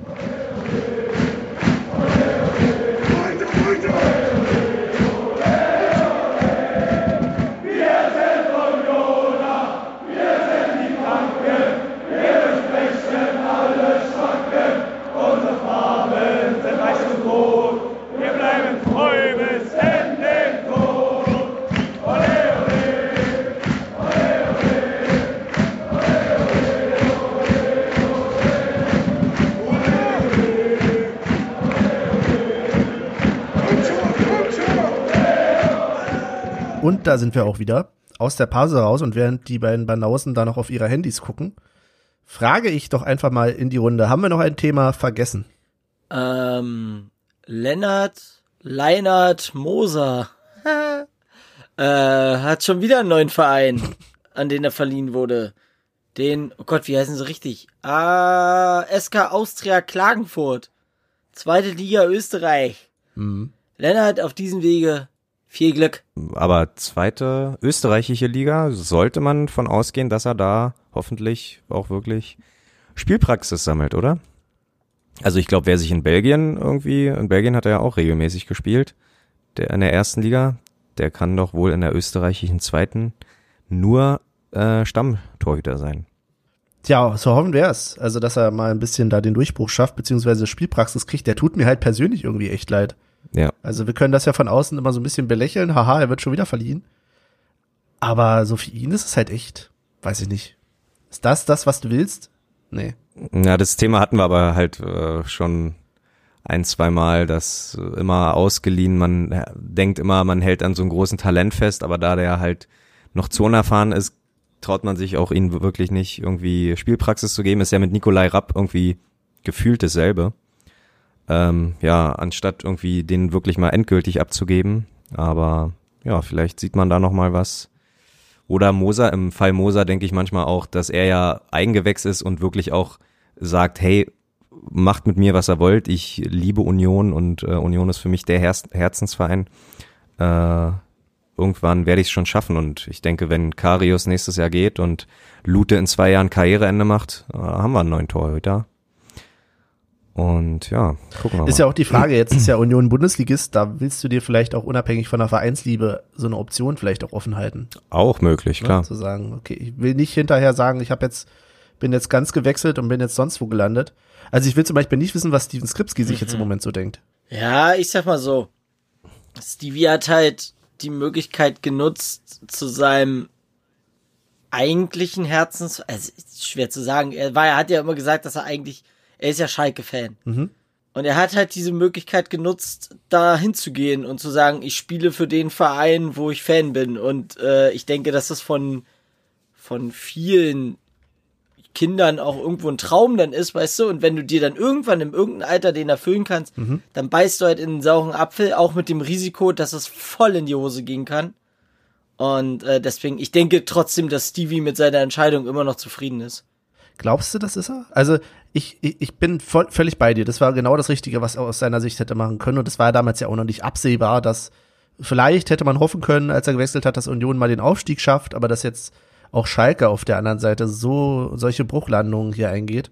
Und da sind wir auch wieder aus der Pause raus und während die beiden Banausen da noch auf ihre Handys gucken, frage ich doch einfach mal in die Runde, haben wir noch ein Thema vergessen? Ähm, Lennart, Leinart Moser äh, hat schon wieder einen neuen Verein, an den er verliehen wurde. Den, oh Gott, wie heißen sie richtig? Ah, S K Austria Klagenfurt. Zweite Liga Österreich. Mhm. Lennart, auf diesem Wege viel Glück. Aber zweite österreichische Liga, sollte man von ausgehen, dass er da hoffentlich auch wirklich Spielpraxis sammelt, oder? Also ich glaube, wer sich in Belgien irgendwie, in Belgien hat er ja auch regelmäßig gespielt, der in der ersten Liga, der kann doch wohl in der österreichischen zweiten nur äh, Stammtorhüter sein. Tja, so hoffen wir es. Also, dass er mal ein bisschen da den Durchbruch schafft, beziehungsweise Spielpraxis kriegt, der tut mir halt persönlich irgendwie echt leid. Ja. Also wir können das ja von außen immer so ein bisschen belächeln, haha, er wird schon wieder verliehen. Aber so für ihn ist es halt echt, weiß ich nicht. Ist das das, was du willst? Nee. Ja, das Thema hatten wir aber halt äh, schon ein, zwei Mal, dass äh, immer ausgeliehen, man äh, denkt immer, man hält an so einem großen Talent fest, aber da der halt noch zu unerfahren ist, traut man sich auch ihm wirklich nicht irgendwie Spielpraxis zu geben. Ist ja mit Nikolai Rapp irgendwie gefühlt dasselbe. Ähm, ja, anstatt irgendwie den wirklich mal endgültig abzugeben. Aber ja, vielleicht sieht man da noch mal was. Oder Moser, im Fall Moser denke ich manchmal auch, dass er ja Eigengewächs ist und wirklich auch sagt, hey, macht mit mir, was ihr wollt. Ich liebe Union und äh, Union ist für mich der Her- Herzensverein. Äh, irgendwann werde ich es schon schaffen und ich denke, wenn Karius nächstes Jahr geht und Lute in zwei Jahren Karriereende macht, haben wir einen neuen Torhüter. Und ja, gucken wir mal. Ist ja auch die Frage, jetzt ist ja Union Bundesligist, da willst du dir vielleicht auch unabhängig von der Vereinsliebe so eine Option vielleicht auch offen halten. Auch möglich, klar. Ne? Zu sagen, okay, ich will nicht hinterher sagen, ich habe jetzt, bin jetzt ganz gewechselt und bin jetzt sonst wo gelandet. Also ich will zum Beispiel nicht wissen, was Steven Skripski sich mhm. jetzt im Moment so denkt. Ja, ich sag mal so, Stevie hat halt die Möglichkeit genutzt, zu seinem eigentlichen Herzens, also ist schwer zu sagen, er war, er hat ja immer gesagt, dass er eigentlich, er ist ja Schalke-Fan. Mhm. Und er hat halt diese Möglichkeit genutzt, da hinzugehen und zu sagen, ich spiele für den Verein, wo ich Fan bin. Und äh, ich denke, dass das von, von vielen Kindern auch irgendwo ein Traum dann ist, weißt du? Und wenn du dir dann irgendwann in irgendeinem Alter den erfüllen kannst, mhm. dann beißt du halt in einen sauren Apfel, auch mit dem Risiko, dass es voll in die Hose gehen kann. Und äh, deswegen, ich denke trotzdem, dass Stevie mit seiner Entscheidung immer noch zufrieden ist. Glaubst du, das ist er? Also ich, ich, ich bin voll, völlig bei dir. Das war genau das Richtige, was er aus seiner Sicht hätte machen können. Und das war ja damals ja auch noch nicht absehbar, dass vielleicht hätte man hoffen können, als er gewechselt hat, dass Union mal den Aufstieg schafft, aber dass jetzt auch Schalke auf der anderen Seite so solche Bruchlandungen hier eingeht.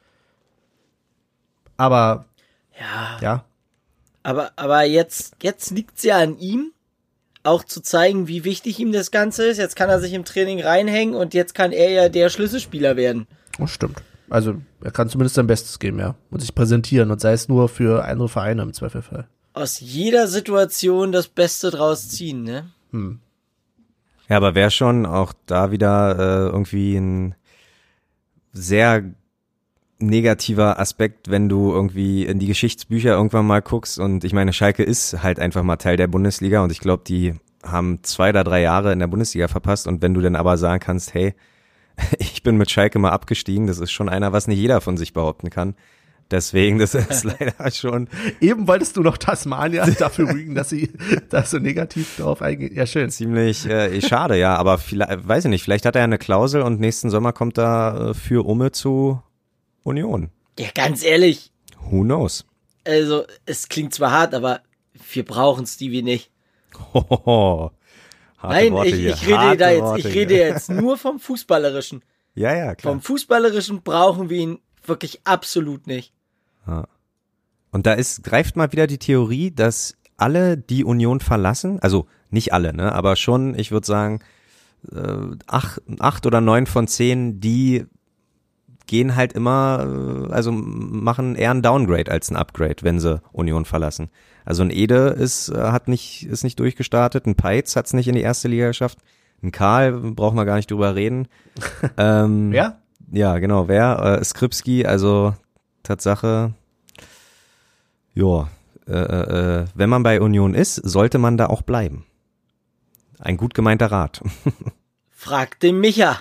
Aber ja. ja. Aber, aber jetzt, jetzt liegt's ja an ihm, auch zu zeigen, wie wichtig ihm das Ganze ist. Jetzt kann er sich im Training reinhängen und jetzt kann er ja der Schlüsselspieler werden. Das stimmt. Also er kann zumindest sein Bestes geben, ja. Und sich präsentieren und sei es nur für andere Vereine im Zweifelfall. Aus jeder Situation das Beste draus ziehen, ne? Hm. Ja, aber wäre schon auch da wieder äh, irgendwie ein sehr negativer Aspekt, wenn du irgendwie in die Geschichtsbücher irgendwann mal guckst und ich meine, Schalke ist halt einfach mal Teil der Bundesliga und ich glaube, die haben zwei oder drei Jahre in der Bundesliga verpasst und wenn du dann aber sagen kannst, hey, ich bin mit Schalke mal abgestiegen, das ist schon einer, was nicht jeder von sich behaupten kann. Deswegen, das ist leider schon. Eben wolltest du noch Tasmania dafür rügen, dass sie da so negativ drauf eingehen. Ja, schön. Ziemlich äh, schade, ja, aber vielleicht, weiß ich nicht, vielleicht hat er ja eine Klausel und nächsten Sommer kommt er äh, für Umme zu Union. Ja, ganz ehrlich. Who knows? Also, es klingt zwar hart, aber wir brauchen Stevie nicht. Hohoho. Harte Nein, Worte ich, hier. ich rede Harte da jetzt, Worte ich rede hier. jetzt nur vom Fußballerischen. Ja, ja, klar. Vom Fußballerischen brauchen wir ihn wirklich absolut nicht. Ja. Und da ist, greift mal wieder die Theorie, dass alle, die Union verlassen, also nicht alle, ne, aber schon, ich würde sagen, äh, acht, acht oder neun von zehn, die gehen halt immer, also machen eher ein Downgrade als ein Upgrade, wenn sie Union verlassen. Also ein Ede ist, hat nicht, ist nicht durchgestartet, ein Peitz hat es nicht in die erste Liga geschafft, ein Karl, brauchen wir gar nicht drüber reden. ähm, Wer? Ja, genau, wer? Äh, Skripski, also Tatsache, ja, äh, äh, wenn man bei Union ist, sollte man da auch bleiben. Ein gut gemeinter Rat. Frag den Micha.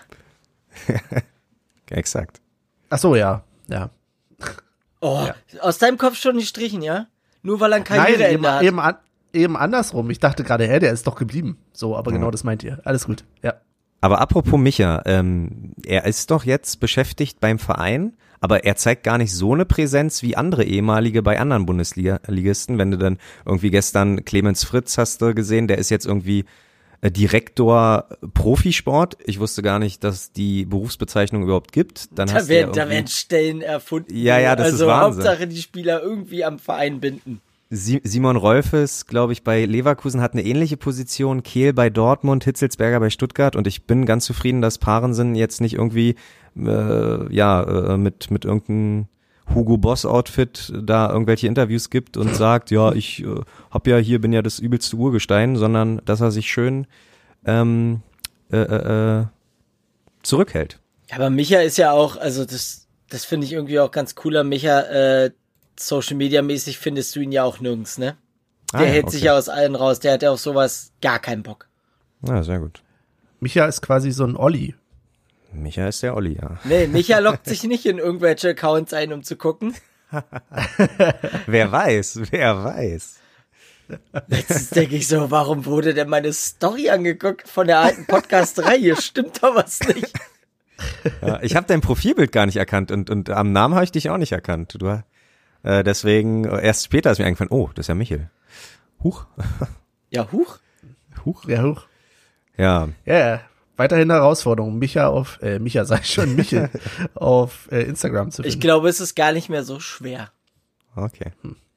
Exakt. Ach so, ja, ja. Oh, ja. Aus deinem Kopf schon die Strichen, ja? Nur weil er ein Nein, eben, Karriereende hat. eben, an, eben andersrum. Ich dachte gerade, hä, der ist doch geblieben. So, aber ja. genau das meint ihr. Alles gut, ja. Aber apropos Micha, ähm, er ist doch jetzt beschäftigt beim Verein, aber er zeigt gar nicht so eine Präsenz wie andere ehemalige bei anderen Bundesligisten. Wenn du dann irgendwie gestern Clemens Fritz hast du gesehen, der ist jetzt irgendwie äh, Direktor Profisport. Ich wusste gar nicht, dass die Berufsbezeichnung überhaupt gibt. Dann da, hast werden, du ja da werden Stellen erfunden. Ja, ja, das also ist Wahnsinn. Hauptsache die Spieler irgendwie am Verein binden. Simon Rolfes, glaube ich, bei Leverkusen hat eine ähnliche Position, Kehl bei Dortmund, Hitzelsberger bei Stuttgart und ich bin ganz zufrieden, dass Parensen jetzt nicht irgendwie äh, ja äh, mit mit irgendeinem Hugo Boss Outfit da irgendwelche Interviews gibt und sagt, ja, ich äh, hab ja hier, bin ja das übelste Urgestein, sondern dass er sich schön ähm, äh, äh, zurückhält. Aber Micha ist ja auch, also das das finde ich irgendwie auch ganz cooler, Micha, äh, Social Media mäßig findest du ihn ja auch nirgends, ne? Der ah, ja, hält okay. sich ja aus allen raus, der hat ja auf sowas gar keinen Bock. Ja, sehr gut. Micha ist quasi so ein Olli. Micha ist der Olli, ja. Nee, Micha lockt sich nicht in irgendwelche Accounts ein, um zu gucken. Wer weiß, wer weiß. Letztens denke ich so, warum wurde denn meine Story angeguckt von der alten Podcast-Reihe? Stimmt doch was nicht. Ja, ich habe dein Profilbild gar nicht erkannt und, und am Namen habe ich dich auch nicht erkannt. Du Äh, deswegen, erst später ist mir eingefallen, oh, das ist ja Michel. Huch. Ja, huch. Huch. Ja, hoch. Ja. Ja, ja. Weiterhin eine Herausforderung, Micha auf, äh, Micha sag ich schon, Michel auf äh, Instagram zu finden. Ich glaube, es ist gar nicht mehr so schwer. Okay.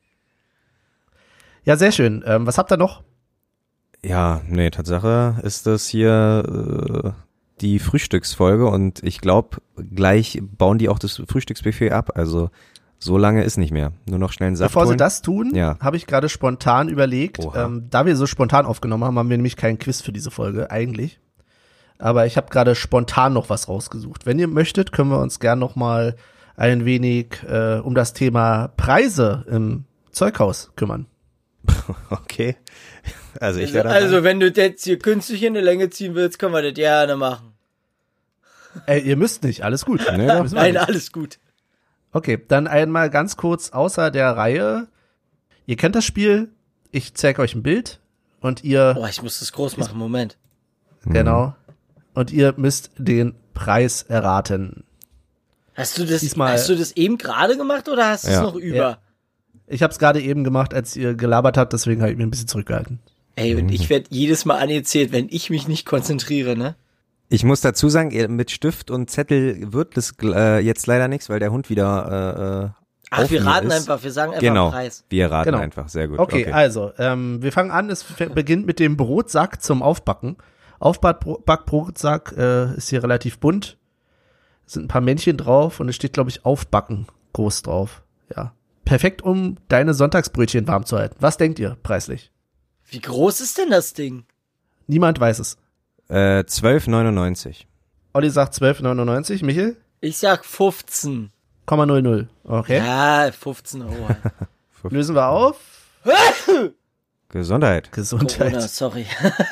Ja, sehr schön. Ähm, was habt ihr noch? Ja, nee, Tatsache ist das hier äh, die Frühstücksfolge und ich glaube, gleich bauen die auch das Frühstücksbuffet ab. Also so lange ist nicht mehr. Nur noch schnell einen Saft Bevor holen. sie das tun, Ja. habe ich gerade spontan überlegt, ähm, da wir so spontan aufgenommen haben, haben wir nämlich keinen Quiz für diese Folge, eigentlich. Aber ich habe gerade spontan noch was rausgesucht. Wenn ihr möchtet, können wir uns gern noch mal ein wenig äh, um das Thema Preise im Zeughaus kümmern. Okay. Also ich Also, werde also wenn du jetzt hier künstlich in die Länge ziehen willst, können wir das gerne machen. Ey, ihr müsst nicht, alles gut. Nee, doch. Müssen wir Nein, nicht. alles gut. Okay, dann einmal ganz kurz außer der Reihe. Ihr kennt das Spiel, ich zeige euch ein Bild und ihr, Boah, ich muss das groß machen, Moment. genau, und ihr müsst den Preis erraten. Hast du das, Diesmal- hast du das eben gerade gemacht oder hast du es Ja. noch über? Ja. Ich habe es gerade eben gemacht, als ihr gelabert habt, deswegen habe ich mich ein bisschen zurückgehalten. Ey, und ich werde jedes Mal angezählt, wenn ich mich nicht konzentriere, ne? Ich muss dazu sagen, mit Stift und Zettel wird das äh, jetzt leider nichts, weil der Hund wieder äh, Ach, auf wir mir raten ist. einfach, wir sagen einfach Genau, den Preis. wir raten Genau. einfach, sehr gut. Okay, also, ähm, wir fangen an, es f- beginnt mit dem Brotsack zum Aufbacken. Aufbackbrotsack äh, ist hier relativ bunt. Es sind ein paar Männchen drauf und es steht, glaube ich, Aufbacken groß drauf. Ja. Perfekt, um deine Sonntagsbrötchen warm zu halten. Was denkt ihr preislich? Wie groß ist denn das Ding? Niemand weiß es. Äh, zwölf neunundneunzig. Olli sagt zwölf neunundneunzig, Michel? Ich sag fünfzehn. Komma null null. Okay. Ja, fünfzehn Euro. halt. Lösen wir auf. Gesundheit. Gesundheit. Corona, sorry.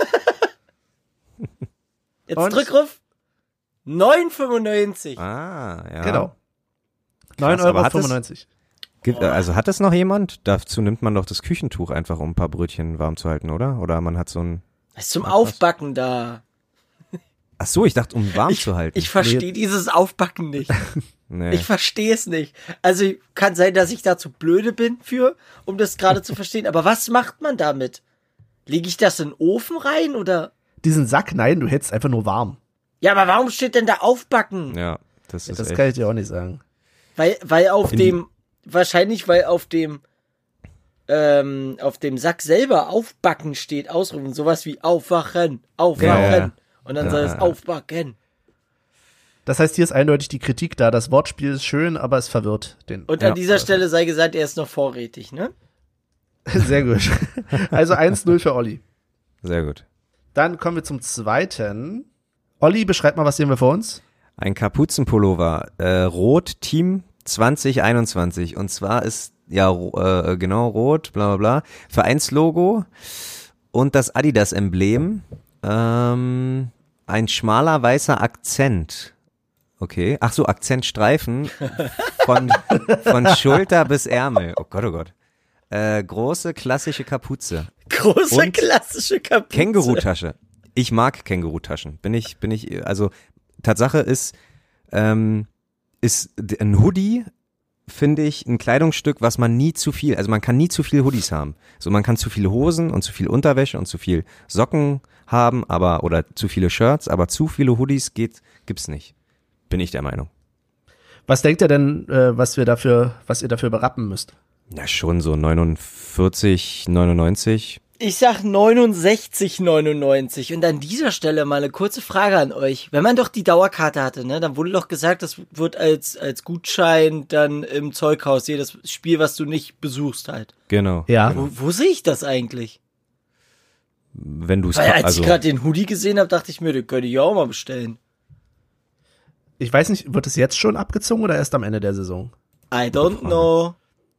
Jetzt Und? Rückruf. neun fünfundneunzig. Ah, ja. Genau. Krass, neun aber Euro hat es- fünfundneunzig. Gibt, also hat es noch jemand? Dazu nimmt man doch das Küchentuch einfach, um ein paar Brötchen warm zu halten, oder? Oder man hat so ein... Ist zum Aufbacken da. Ach so, ich dachte, um warm Ich, zu halten. ich verstehe dieses Aufbacken nicht. nee. Ich verstehe es nicht. Also kann sein, dass ich da zu blöde bin für, um das gerade zu verstehen. Aber was macht man damit? Lege ich das in den Ofen rein oder? Diesen Sack, nein, du hältst einfach nur warm. Ja, aber warum steht denn da Aufbacken? ja, das ist Das echt... kann ich dir auch nicht sagen. Weil, weil auf In die- dem, wahrscheinlich weil auf dem, ähm, auf dem Sack selber Aufbacken steht, ausrufen, sowas wie Aufwachen, Aufwachen. Ja, ja. Und dann Ja, soll es ja. Aufbacken. Das heißt, hier ist eindeutig die Kritik da. Das Wortspiel ist schön, aber es verwirrt den. Und Ja. an dieser Stelle sei gesagt, er ist noch vorrätig, ne? Sehr gut. Also eins null für Olli. Sehr gut. Dann kommen wir zum zweiten. Olli, beschreib mal, was sehen wir vor uns? Ein Kapuzenpullover, äh, Rot Team zwanzig einundzwanzig. Und zwar ist, ja, ro- äh, genau, rot, bla bla bla, Vereinslogo und das Adidas-Emblem. Ähm, ein schmaler weißer Akzent. Okay. Ach so, Akzentstreifen von, von Schulter bis Ärmel. Oh Gott, oh Gott. Äh, große klassische Kapuze. Große Und klassische Kapuze. Kängurutasche. Ich mag Kängurutaschen. Bin ich, bin ich, also Tatsache ist, ähm, ist d- ein Hoodie, finde ich, ein Kleidungsstück, was man nie zu viel, also man kann nie zu viel Hoodies haben. So, man kann zu viele Hosen und zu viel Unterwäsche und zu viel Socken haben, aber, oder zu viele Shirts, aber zu viele Hoodies geht, gibt's nicht. Bin ich der Meinung. Was denkt ihr denn, äh, was wir dafür, was ihr dafür berappen müsst? Ja, schon so neunundvierzig, neunundneunzig. Ich sag neunundsechzig neunundneunzig. Und an dieser Stelle mal eine kurze Frage an euch. Wenn man doch die Dauerkarte hatte, ne, dann wurde doch gesagt, das wird als, als Gutschein dann im Zeughaus, jedes Spiel, was du nicht besuchst halt. Genau. Ja. Wo, wo sehe ich das eigentlich? Wenn du es, Weil als also, ich gerade den Hoodie gesehen habe, dachte ich mir, den könnte ich auch mal bestellen. Ich weiß nicht, wird es jetzt schon abgezogen oder erst am Ende der Saison? I don't know.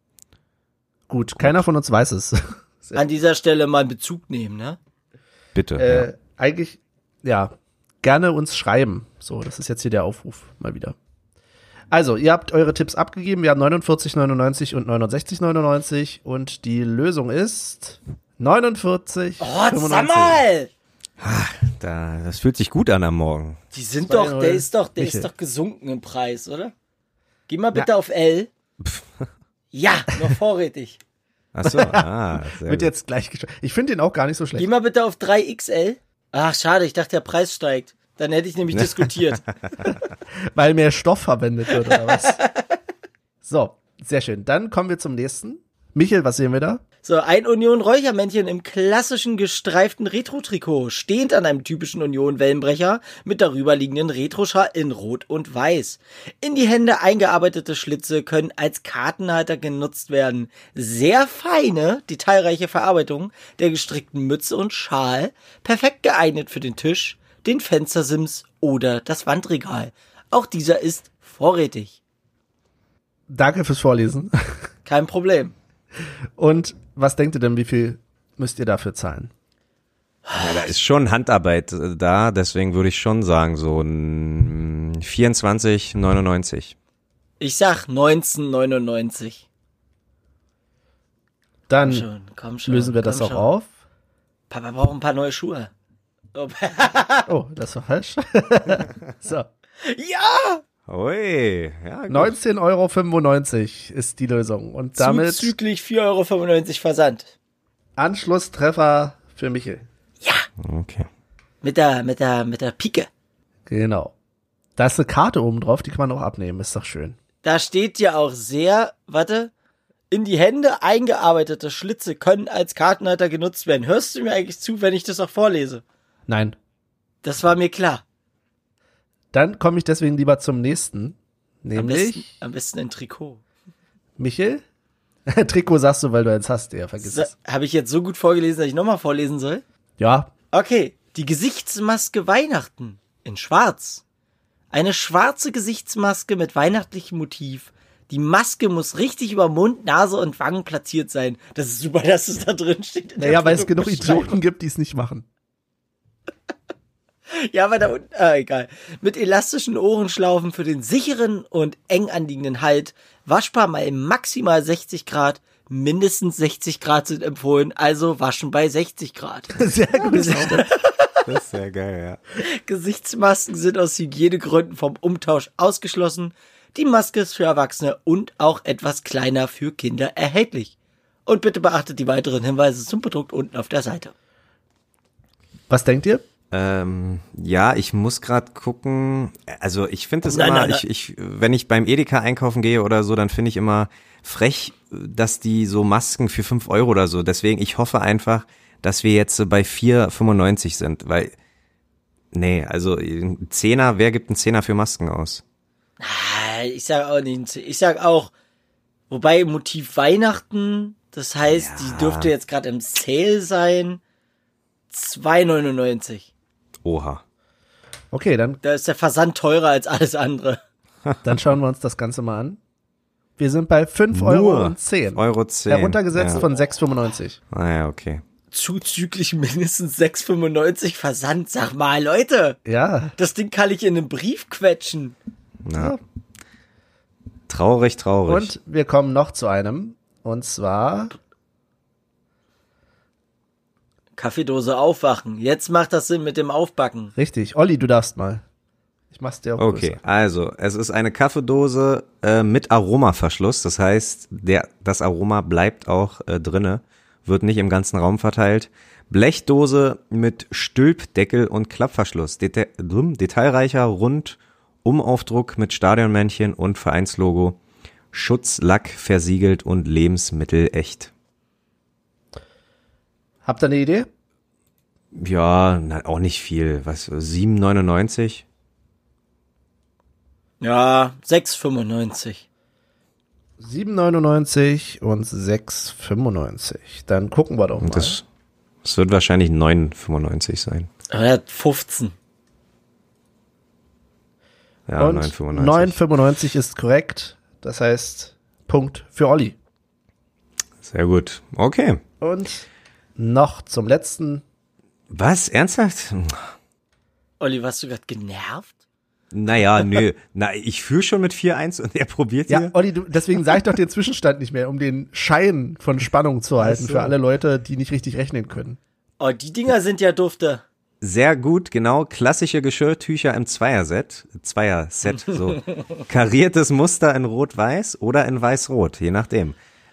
Gut, keiner von uns weiß es. An dieser Stelle mal Bezug nehmen, ne? bitte. äh, ja. eigentlich, ja, gerne uns schreiben. So, das ist jetzt hier der Aufruf mal wieder. Also, ihr habt eure Tipps abgegeben. Wir haben neunundvierzig neunundneunzig und neunundsechzig neunundneunzig und die Lösung ist neunundvierzig Oh, sag fünfundneunzig. mal! Da, das fühlt sich gut an am Morgen. Die sind zwei doch, null. der ist doch, der Michel. ist doch gesunken im Preis, oder? Geh mal bitte Ja. auf L. Ja, noch vorrätig. Ach so, ah, sehr Wird gut. jetzt gleich gesch- Ich finde den auch gar nicht so schlecht. Geh mal bitte auf drei X L. Ach, schade, ich dachte, der Preis steigt. Dann hätte ich nämlich diskutiert. Weil mehr Stoff verwendet wird, oder was? So, sehr schön. Dann kommen wir zum nächsten. Michael, was sehen wir da? So, ein Union-Räuchermännchen im klassischen gestreiften Retro-Trikot, stehend an einem typischen Union-Wellenbrecher mit darüber liegenden Retroschal in Rot und Weiß. In die Hände eingearbeitete Schlitze können als Kartenhalter genutzt werden. Sehr feine, detailreiche Verarbeitung der gestrickten Mütze und Schal, perfekt geeignet für den Tisch, den Fenstersims oder das Wandregal. Auch dieser ist vorrätig. Danke fürs Vorlesen. Kein Problem. Und was denkt ihr denn, wie viel müsst ihr dafür zahlen? Ja, da ist schon Handarbeit äh, da, deswegen würde ich schon sagen, so ein vierundzwanzig neunundneunzig. Ich sag neunzehnhundertneunundneunzig. Dann Komm schon, komm schon. lösen wir das komm auch schon. auf. Papa braucht ein paar neue Schuhe. Oh, Oh, das war falsch. So, ja! Ui, ja, gut. neunzehn Euro fünfundneunzig ist die Lösung. Und damit Zuzüglich vier Euro fünfundneunzig Versand. Anschlusstreffer für Michael. Okay. Mit der, mit der, mit der Pike. Genau. Da ist eine Karte oben drauf, die kann man auch abnehmen, ist doch schön. Da steht ja auch sehr, warte, in die Hände eingearbeitete Schlitze können als Kartenhalter genutzt werden. Hörst du mir eigentlich zu, wenn ich das auch vorlese? Nein. Das war mir klar. Dann komme ich deswegen lieber zum nächsten. Am besten, Nämlich, am besten ein Trikot. Michael? Trikot sagst du, weil du eins hast, ja, vergiss So, es. habe ich jetzt so gut vorgelesen, dass ich nochmal vorlesen soll? Ja, Okay, die Gesichtsmaske Weihnachten in schwarz. Eine schwarze Gesichtsmaske mit weihnachtlichem Motiv. Die Maske muss richtig über Mund, Nase und Wangen platziert sein. Das ist super, dass es da drin steht. in der naja, weil es genug Produktbeschreibung. Idioten gibt, die es nicht machen. Ja, aber da unten, ah, egal. Mit elastischen Ohrenschlaufen für den sicheren und eng anliegenden Halt. Waschbar bei maximal sechzig Grad. Mindestens sechzig Grad sind empfohlen, also waschen bei sechzig Grad. Sehr gut. Das ist sehr geil, ja. Gesichtsmasken sind aus Hygienegründen vom Umtausch ausgeschlossen. Die Maske ist für Erwachsene und auch etwas kleiner für Kinder erhältlich. Und bitte beachtet die weiteren Hinweise zum Produkt unten auf der Seite. Was denkt ihr? Ähm, ja, ich muss gerade gucken. Also ich finde es Nein, immer, nein, nein. ich, ich, wenn ich beim Edeka einkaufen gehe oder so, dann finde ich immer frech, dass die so Masken für fünf Euro oder so. Deswegen, ich hoffe einfach, dass wir jetzt so bei vier fünfundneunzig sind, weil, nee, also ein Zehner, wer gibt einen Zehner für Masken aus? Ah, Ich sag auch nicht, ich sag auch, wobei Motiv Weihnachten, das heißt, Ja. die dürfte jetzt gerade im Sale sein, zwei neunundneunzig. Oha. Okay, dann, Da ist der Versand teurer als alles andere. dann schauen wir uns das Ganze mal an. Wir sind bei fünf Nur Euro und zehn. Euro zehn. Heruntergesetzt ja. von sechs fünfundneunzig. Ah ja, okay. Zuzüglich mindestens sechs fünfundneunzig Versand. Sag mal, Leute, Ja, das Ding kann ich in einen Brief quetschen. Ja. Traurig, traurig. und wir kommen noch zu einem. Und zwar, Kaffeedose aufwachen. Jetzt macht das Sinn mit dem Aufbacken. richtig, Olli, du darfst mal. Ich mach's dir auch Okay, größer. also es ist eine Kaffeedose äh, mit Aromaverschluss. Das heißt, der, das Aroma bleibt auch äh, drinne, wird nicht im ganzen Raum verteilt. Blechdose mit Stülpdeckel und Klappverschluss. Deta detailreicher Rund Umaufdruck mit Stadionmännchen und Vereinslogo. Schutzlack versiegelt und lebensmittelecht. Habt ihr eine Idee? Ja, na, auch nicht viel. Was, sieben neunundneunzig? Ja, sechs fünfundneunzig. sieben neunundneunzig und sechs fünfundneunzig. Dann gucken wir doch mal. Und das, das wird wahrscheinlich neun fünfundneunzig sein. Aber er hat fünfzehn. Ja, und neun fünfundneunzig. neun fünfundneunzig ist korrekt. Das heißt, Punkt für Olli. Sehr gut. Okay. Und noch zum letzten. Was? Ernsthaft? Olli, warst du gerade genervt? Naja, nö. Na, ich führe schon mit vier eins und er probiert Ja, hier. Olli, du, deswegen sage ich doch den Zwischenstand nicht mehr, um den Schein von Spannung zu halten so. für alle Leute, die nicht richtig rechnen können. Oh, die Dinger sind ja dufte. Sehr gut, genau. Klassische Geschirrtücher im Zweierset. Zweier-Set, so. Kariertes Muster in Rot-Weiß oder in Weiß-Rot, je nachdem.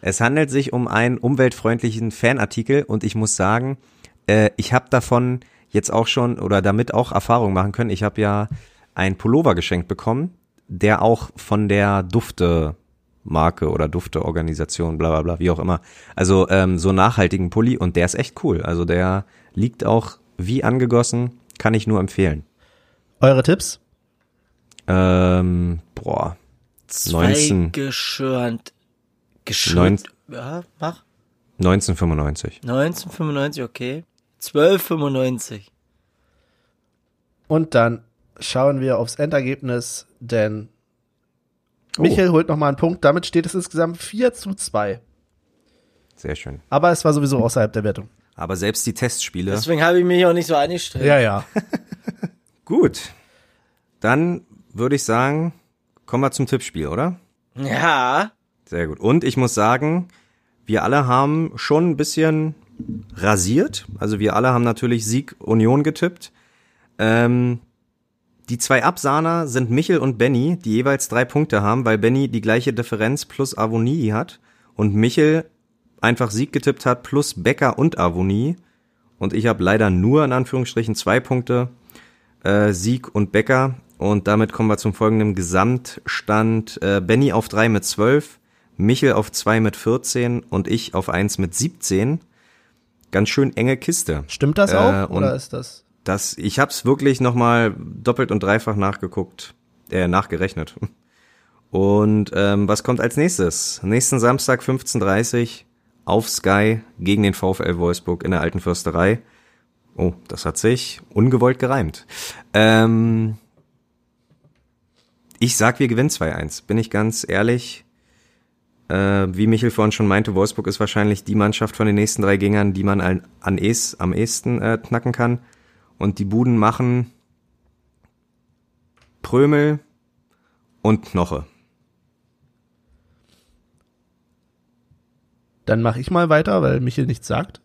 Es handelt sich um einen umweltfreundlichen Fanartikel und ich muss sagen, äh, ich habe davon jetzt auch schon oder damit auch Erfahrung machen können. Ich habe ja einen Pullover geschenkt bekommen, der auch von der Dufte-Marke oder Dufte-Organisation, bla bla bla, wie auch immer. Also ähm, so nachhaltigen Pulli und der ist echt cool. Also der liegt auch wie angegossen, kann ich nur empfehlen. Eure Tipps? Ähm, boah. neunzehn Geschirnt. Geschirnt. Neun, ja, mach. neunzehnhundertfünfundneunzig. neunzehnhundertfünfundneunzig, okay. zwölf Komma fünfundneunzig. Und dann schauen wir aufs Endergebnis, denn Oh. Michael holt nochmal einen Punkt. Damit steht es insgesamt vier zu zwei. Sehr schön. Aber es war sowieso außerhalb der Wertung. Aber selbst die Testspiele. Deswegen habe ich mich auch nicht so angestrengt. Ja, ja. Gut. Dann würde ich sagen, kommen wir zum Tippspiel, oder? Ja. Sehr gut. Und ich muss sagen, wir alle haben schon ein bisschen rasiert. Also wir alle haben natürlich Sieg Union getippt. Ähm, die zwei Absahner sind Michel und Benny, die jeweils drei Punkte haben, weil Benny die gleiche Differenz plus Avonie hat und Michel einfach Sieg getippt hat plus Becker und Avonie. Und ich habe leider nur in Anführungsstrichen zwei Punkte, äh, Sieg und Becker. Und damit kommen wir zum folgenden Gesamtstand. Äh, Benny auf drei mit zwölf, Michel auf zwei mit vierzehn und ich auf eins mit siebzehn. Ganz schön enge Kiste. Stimmt das Äh, auch? und Oder ist das? Das, ich hab's wirklich nochmal doppelt und dreifach nachgeguckt, äh, nachgerechnet. Und ähm, was kommt als nächstes? Nächsten Samstag fünfzehn Uhr dreißig auf Sky gegen den VfL Wolfsburg in der Alten Försterei. Oh, das hat sich ungewollt gereimt. Ähm, ich sag, wir gewinnen zwei eins, bin ich ganz ehrlich. Äh, wie Michel vorhin schon meinte, Wolfsburg ist wahrscheinlich die Mannschaft von den nächsten drei Gegnern, die man an, an es, am ehesten äh, knacken kann. Und die Buden machen Prömel und Knoche. Dann mache ich mal weiter, weil Michael nichts sagt.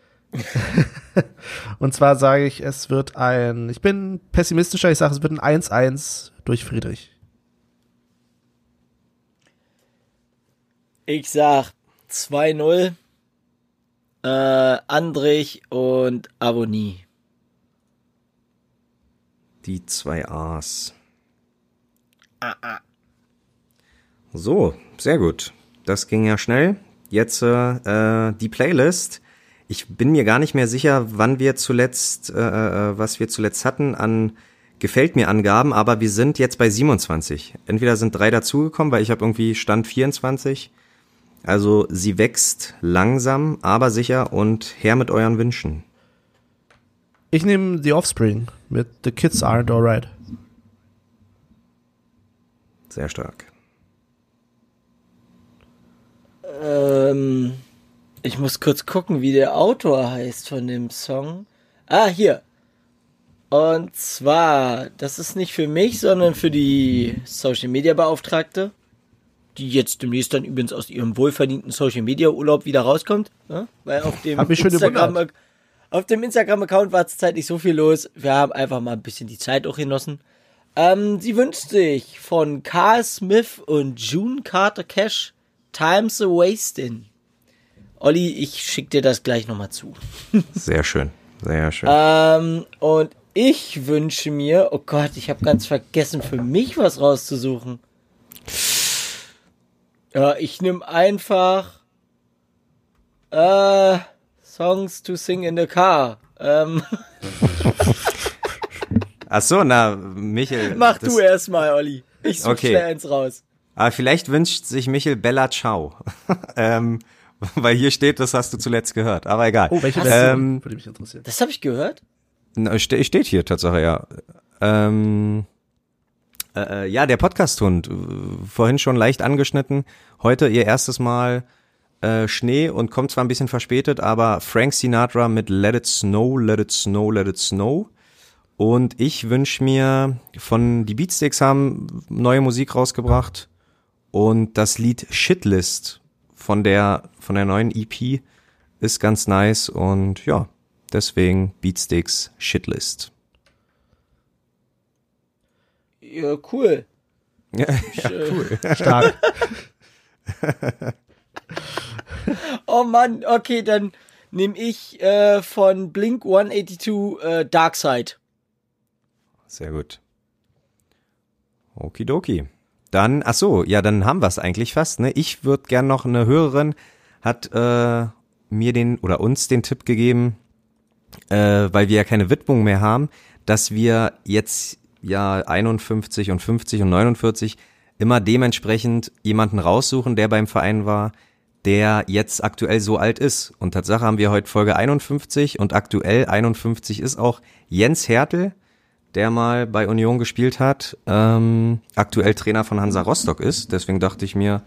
Und zwar sage ich, es wird ein, ich bin pessimistischer, ich sage, es wird ein eins eins durch Friedrich. Ich sag zwei null. Äh, Andrich und Avonie. Die zwei A's. Ah, ah. So, sehr gut. Das ging ja schnell. Jetzt äh, die Playlist. Ich bin mir gar nicht mehr sicher, wann wir zuletzt, äh, was wir zuletzt hatten an Gefällt mir Angaben, aber wir sind jetzt bei siebenundzwanzig. Entweder sind drei dazugekommen, weil ich habe irgendwie Stand vierundzwanzig. Also sie wächst langsam, aber sicher und her mit euren Wünschen. Ich nehme The Offspring mit The Kids Aren't Alright. Sehr stark. Ähm, ich muss kurz gucken, wie der Autor heißt von dem Song. Ah, hier. Und zwar, das ist nicht für mich, sondern für die Social Media Beauftragte, die jetzt demnächst dann übrigens aus ihrem wohlverdienten Social Media Urlaub wieder rauskommt. Ne? Weil auf dem Hab mich schon Instagram, gewundert. auf dem Instagram-Account war zurzeit nicht so viel los. Wir haben einfach mal ein bisschen die Zeit auch genossen. Ähm, sie wünscht sich von Carl Smith und June Carter Cash Time's a Wastin'. Olli, ich schick dir das gleich nochmal zu. Sehr schön, sehr schön. Ähm, und ich wünsche mir, oh Gott, ich habe ganz vergessen, für mich was rauszusuchen. Ja, ich nehme einfach äh, Songs to Sing in the Car. Ähm, Ach so, na, Michel. mach das, du erstmal, Olli. Ich suche Okay. schnell eins raus. Aber vielleicht wünscht sich Michel Bella Ciao. ähm, weil hier steht, das hast du zuletzt gehört. Aber egal. Oh, welche Hast Version? Ähm, Würde mich interessieren. Das habe ich gehört. Na, ste steht hier Tatsache, ja. Ähm, äh, äh, ja, der Podcast-Hund, äh, vorhin schon leicht angeschnitten. Heute ihr erstes Mal äh, Schnee und kommt zwar ein bisschen verspätet, aber Frank Sinatra mit Let It Snow, Let It Snow, Let It Snow. Und ich wünsche mir, von die Beatsticks haben neue Musik rausgebracht und das Lied Shitlist von der von der neuen E P ist ganz nice und ja, deswegen Beatsticks Shitlist. Ja, cool. Ja, ja, cool. Stark. Oh Mann, okay, dann nehme ich äh, von Blink hundertzweiundachtzig äh, Darkside. Sehr gut. Okidoki. Dann, ach so, ja, dann haben wir es eigentlich fast, ne? Ich würde gern noch, eine Hörerin hat äh, mir den oder uns den Tipp gegeben, äh, weil wir ja keine Widmung mehr haben, dass wir jetzt ja einundfünfzig und fünfzig und neunundvierzig immer dementsprechend jemanden raussuchen, der beim Verein war, der jetzt aktuell so alt ist. Und Tatsache haben wir heute Folge einundfünfzig und aktuell einundfünfzig ist auch Jens Hertel, der mal bei Union gespielt hat, ähm, aktuell Trainer von Hansa Rostock ist. Deswegen dachte ich mir,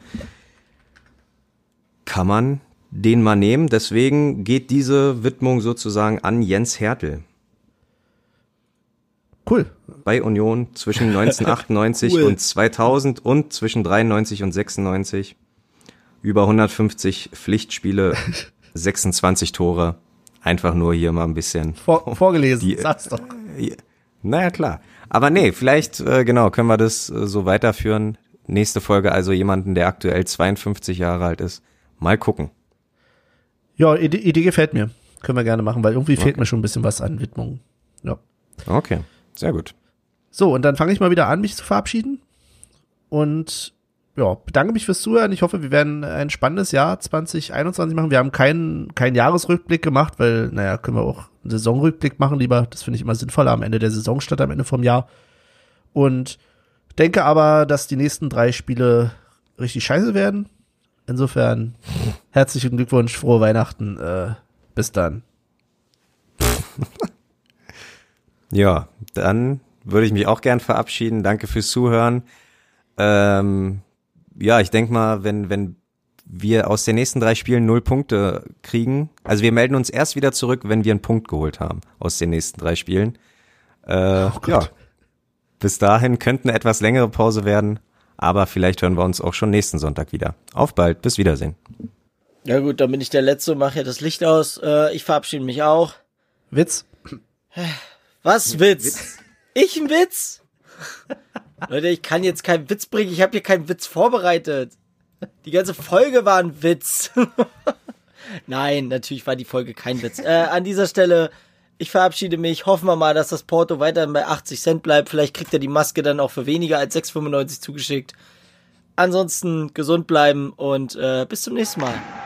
kann man den mal nehmen. Deswegen geht diese Widmung sozusagen an Jens Hertel. Cool. Bei Union zwischen neunzehnhundertachtundneunzig cool. und zweitausend und zwischen dreiundneunzig und sechsundneunzig. Über hundertfünfzig Pflichtspiele, sechsundzwanzig Tore. Einfach nur hier mal ein bisschen. Vor, vorgelesen, die, sag's doch. Äh, naja, klar. Aber nee, vielleicht, äh, genau, können wir das äh, so weiterführen. Nächste Folge also jemanden, der aktuell zweiundfünfzig Jahre alt ist. Mal gucken. Ja, Idee, Idee gefällt mir. Können wir gerne machen, weil irgendwie okay. fehlt mir schon ein bisschen was an Widmungen. Ja. Okay, sehr gut. So, und dann fange ich mal wieder an, mich zu verabschieden. Und ja, bedanke mich fürs Zuhören. Ich hoffe, wir werden ein spannendes Jahr zwanzig einundzwanzig machen. Wir haben keinen keinen Jahresrückblick gemacht, weil, naja, können wir auch einen Saisonrückblick machen lieber. Das finde ich immer sinnvoller am Ende der Saison statt am Ende vom Jahr. Und denke aber, dass die nächsten drei Spiele richtig scheiße werden. Insofern herzlichen Glückwunsch, frohe Weihnachten. Äh, bis dann. Ja, dann würde ich mich auch gern verabschieden. Danke fürs Zuhören. Ähm, ja, ich denke mal, wenn wenn wir aus den nächsten drei Spielen null Punkte kriegen, also wir melden uns erst wieder zurück, wenn wir einen Punkt geholt haben aus den nächsten drei Spielen. Äh, oh ja, bis dahin könnte eine etwas längere Pause werden, aber vielleicht hören wir uns auch schon nächsten Sonntag wieder. Auf bald, bis Wiedersehen. Ja gut, dann bin ich der Letzte und mache ja das Licht aus. Äh, ich verabschiede mich auch. Witz? Was Witz? Witz? Ich ein Witz? Leute, ich kann jetzt keinen Witz bringen, ich habe hier keinen Witz vorbereitet. Die ganze Folge war ein Witz. Nein, natürlich war die Folge kein Witz. Äh, an dieser Stelle, ich verabschiede mich. Hoffen wir mal, dass das Porto weiterhin bei achtzig Cent bleibt. Vielleicht kriegt er die Maske dann auch für weniger als sechs Euro fünfundneunzig zugeschickt. Ansonsten gesund bleiben und äh, bis zum nächsten Mal.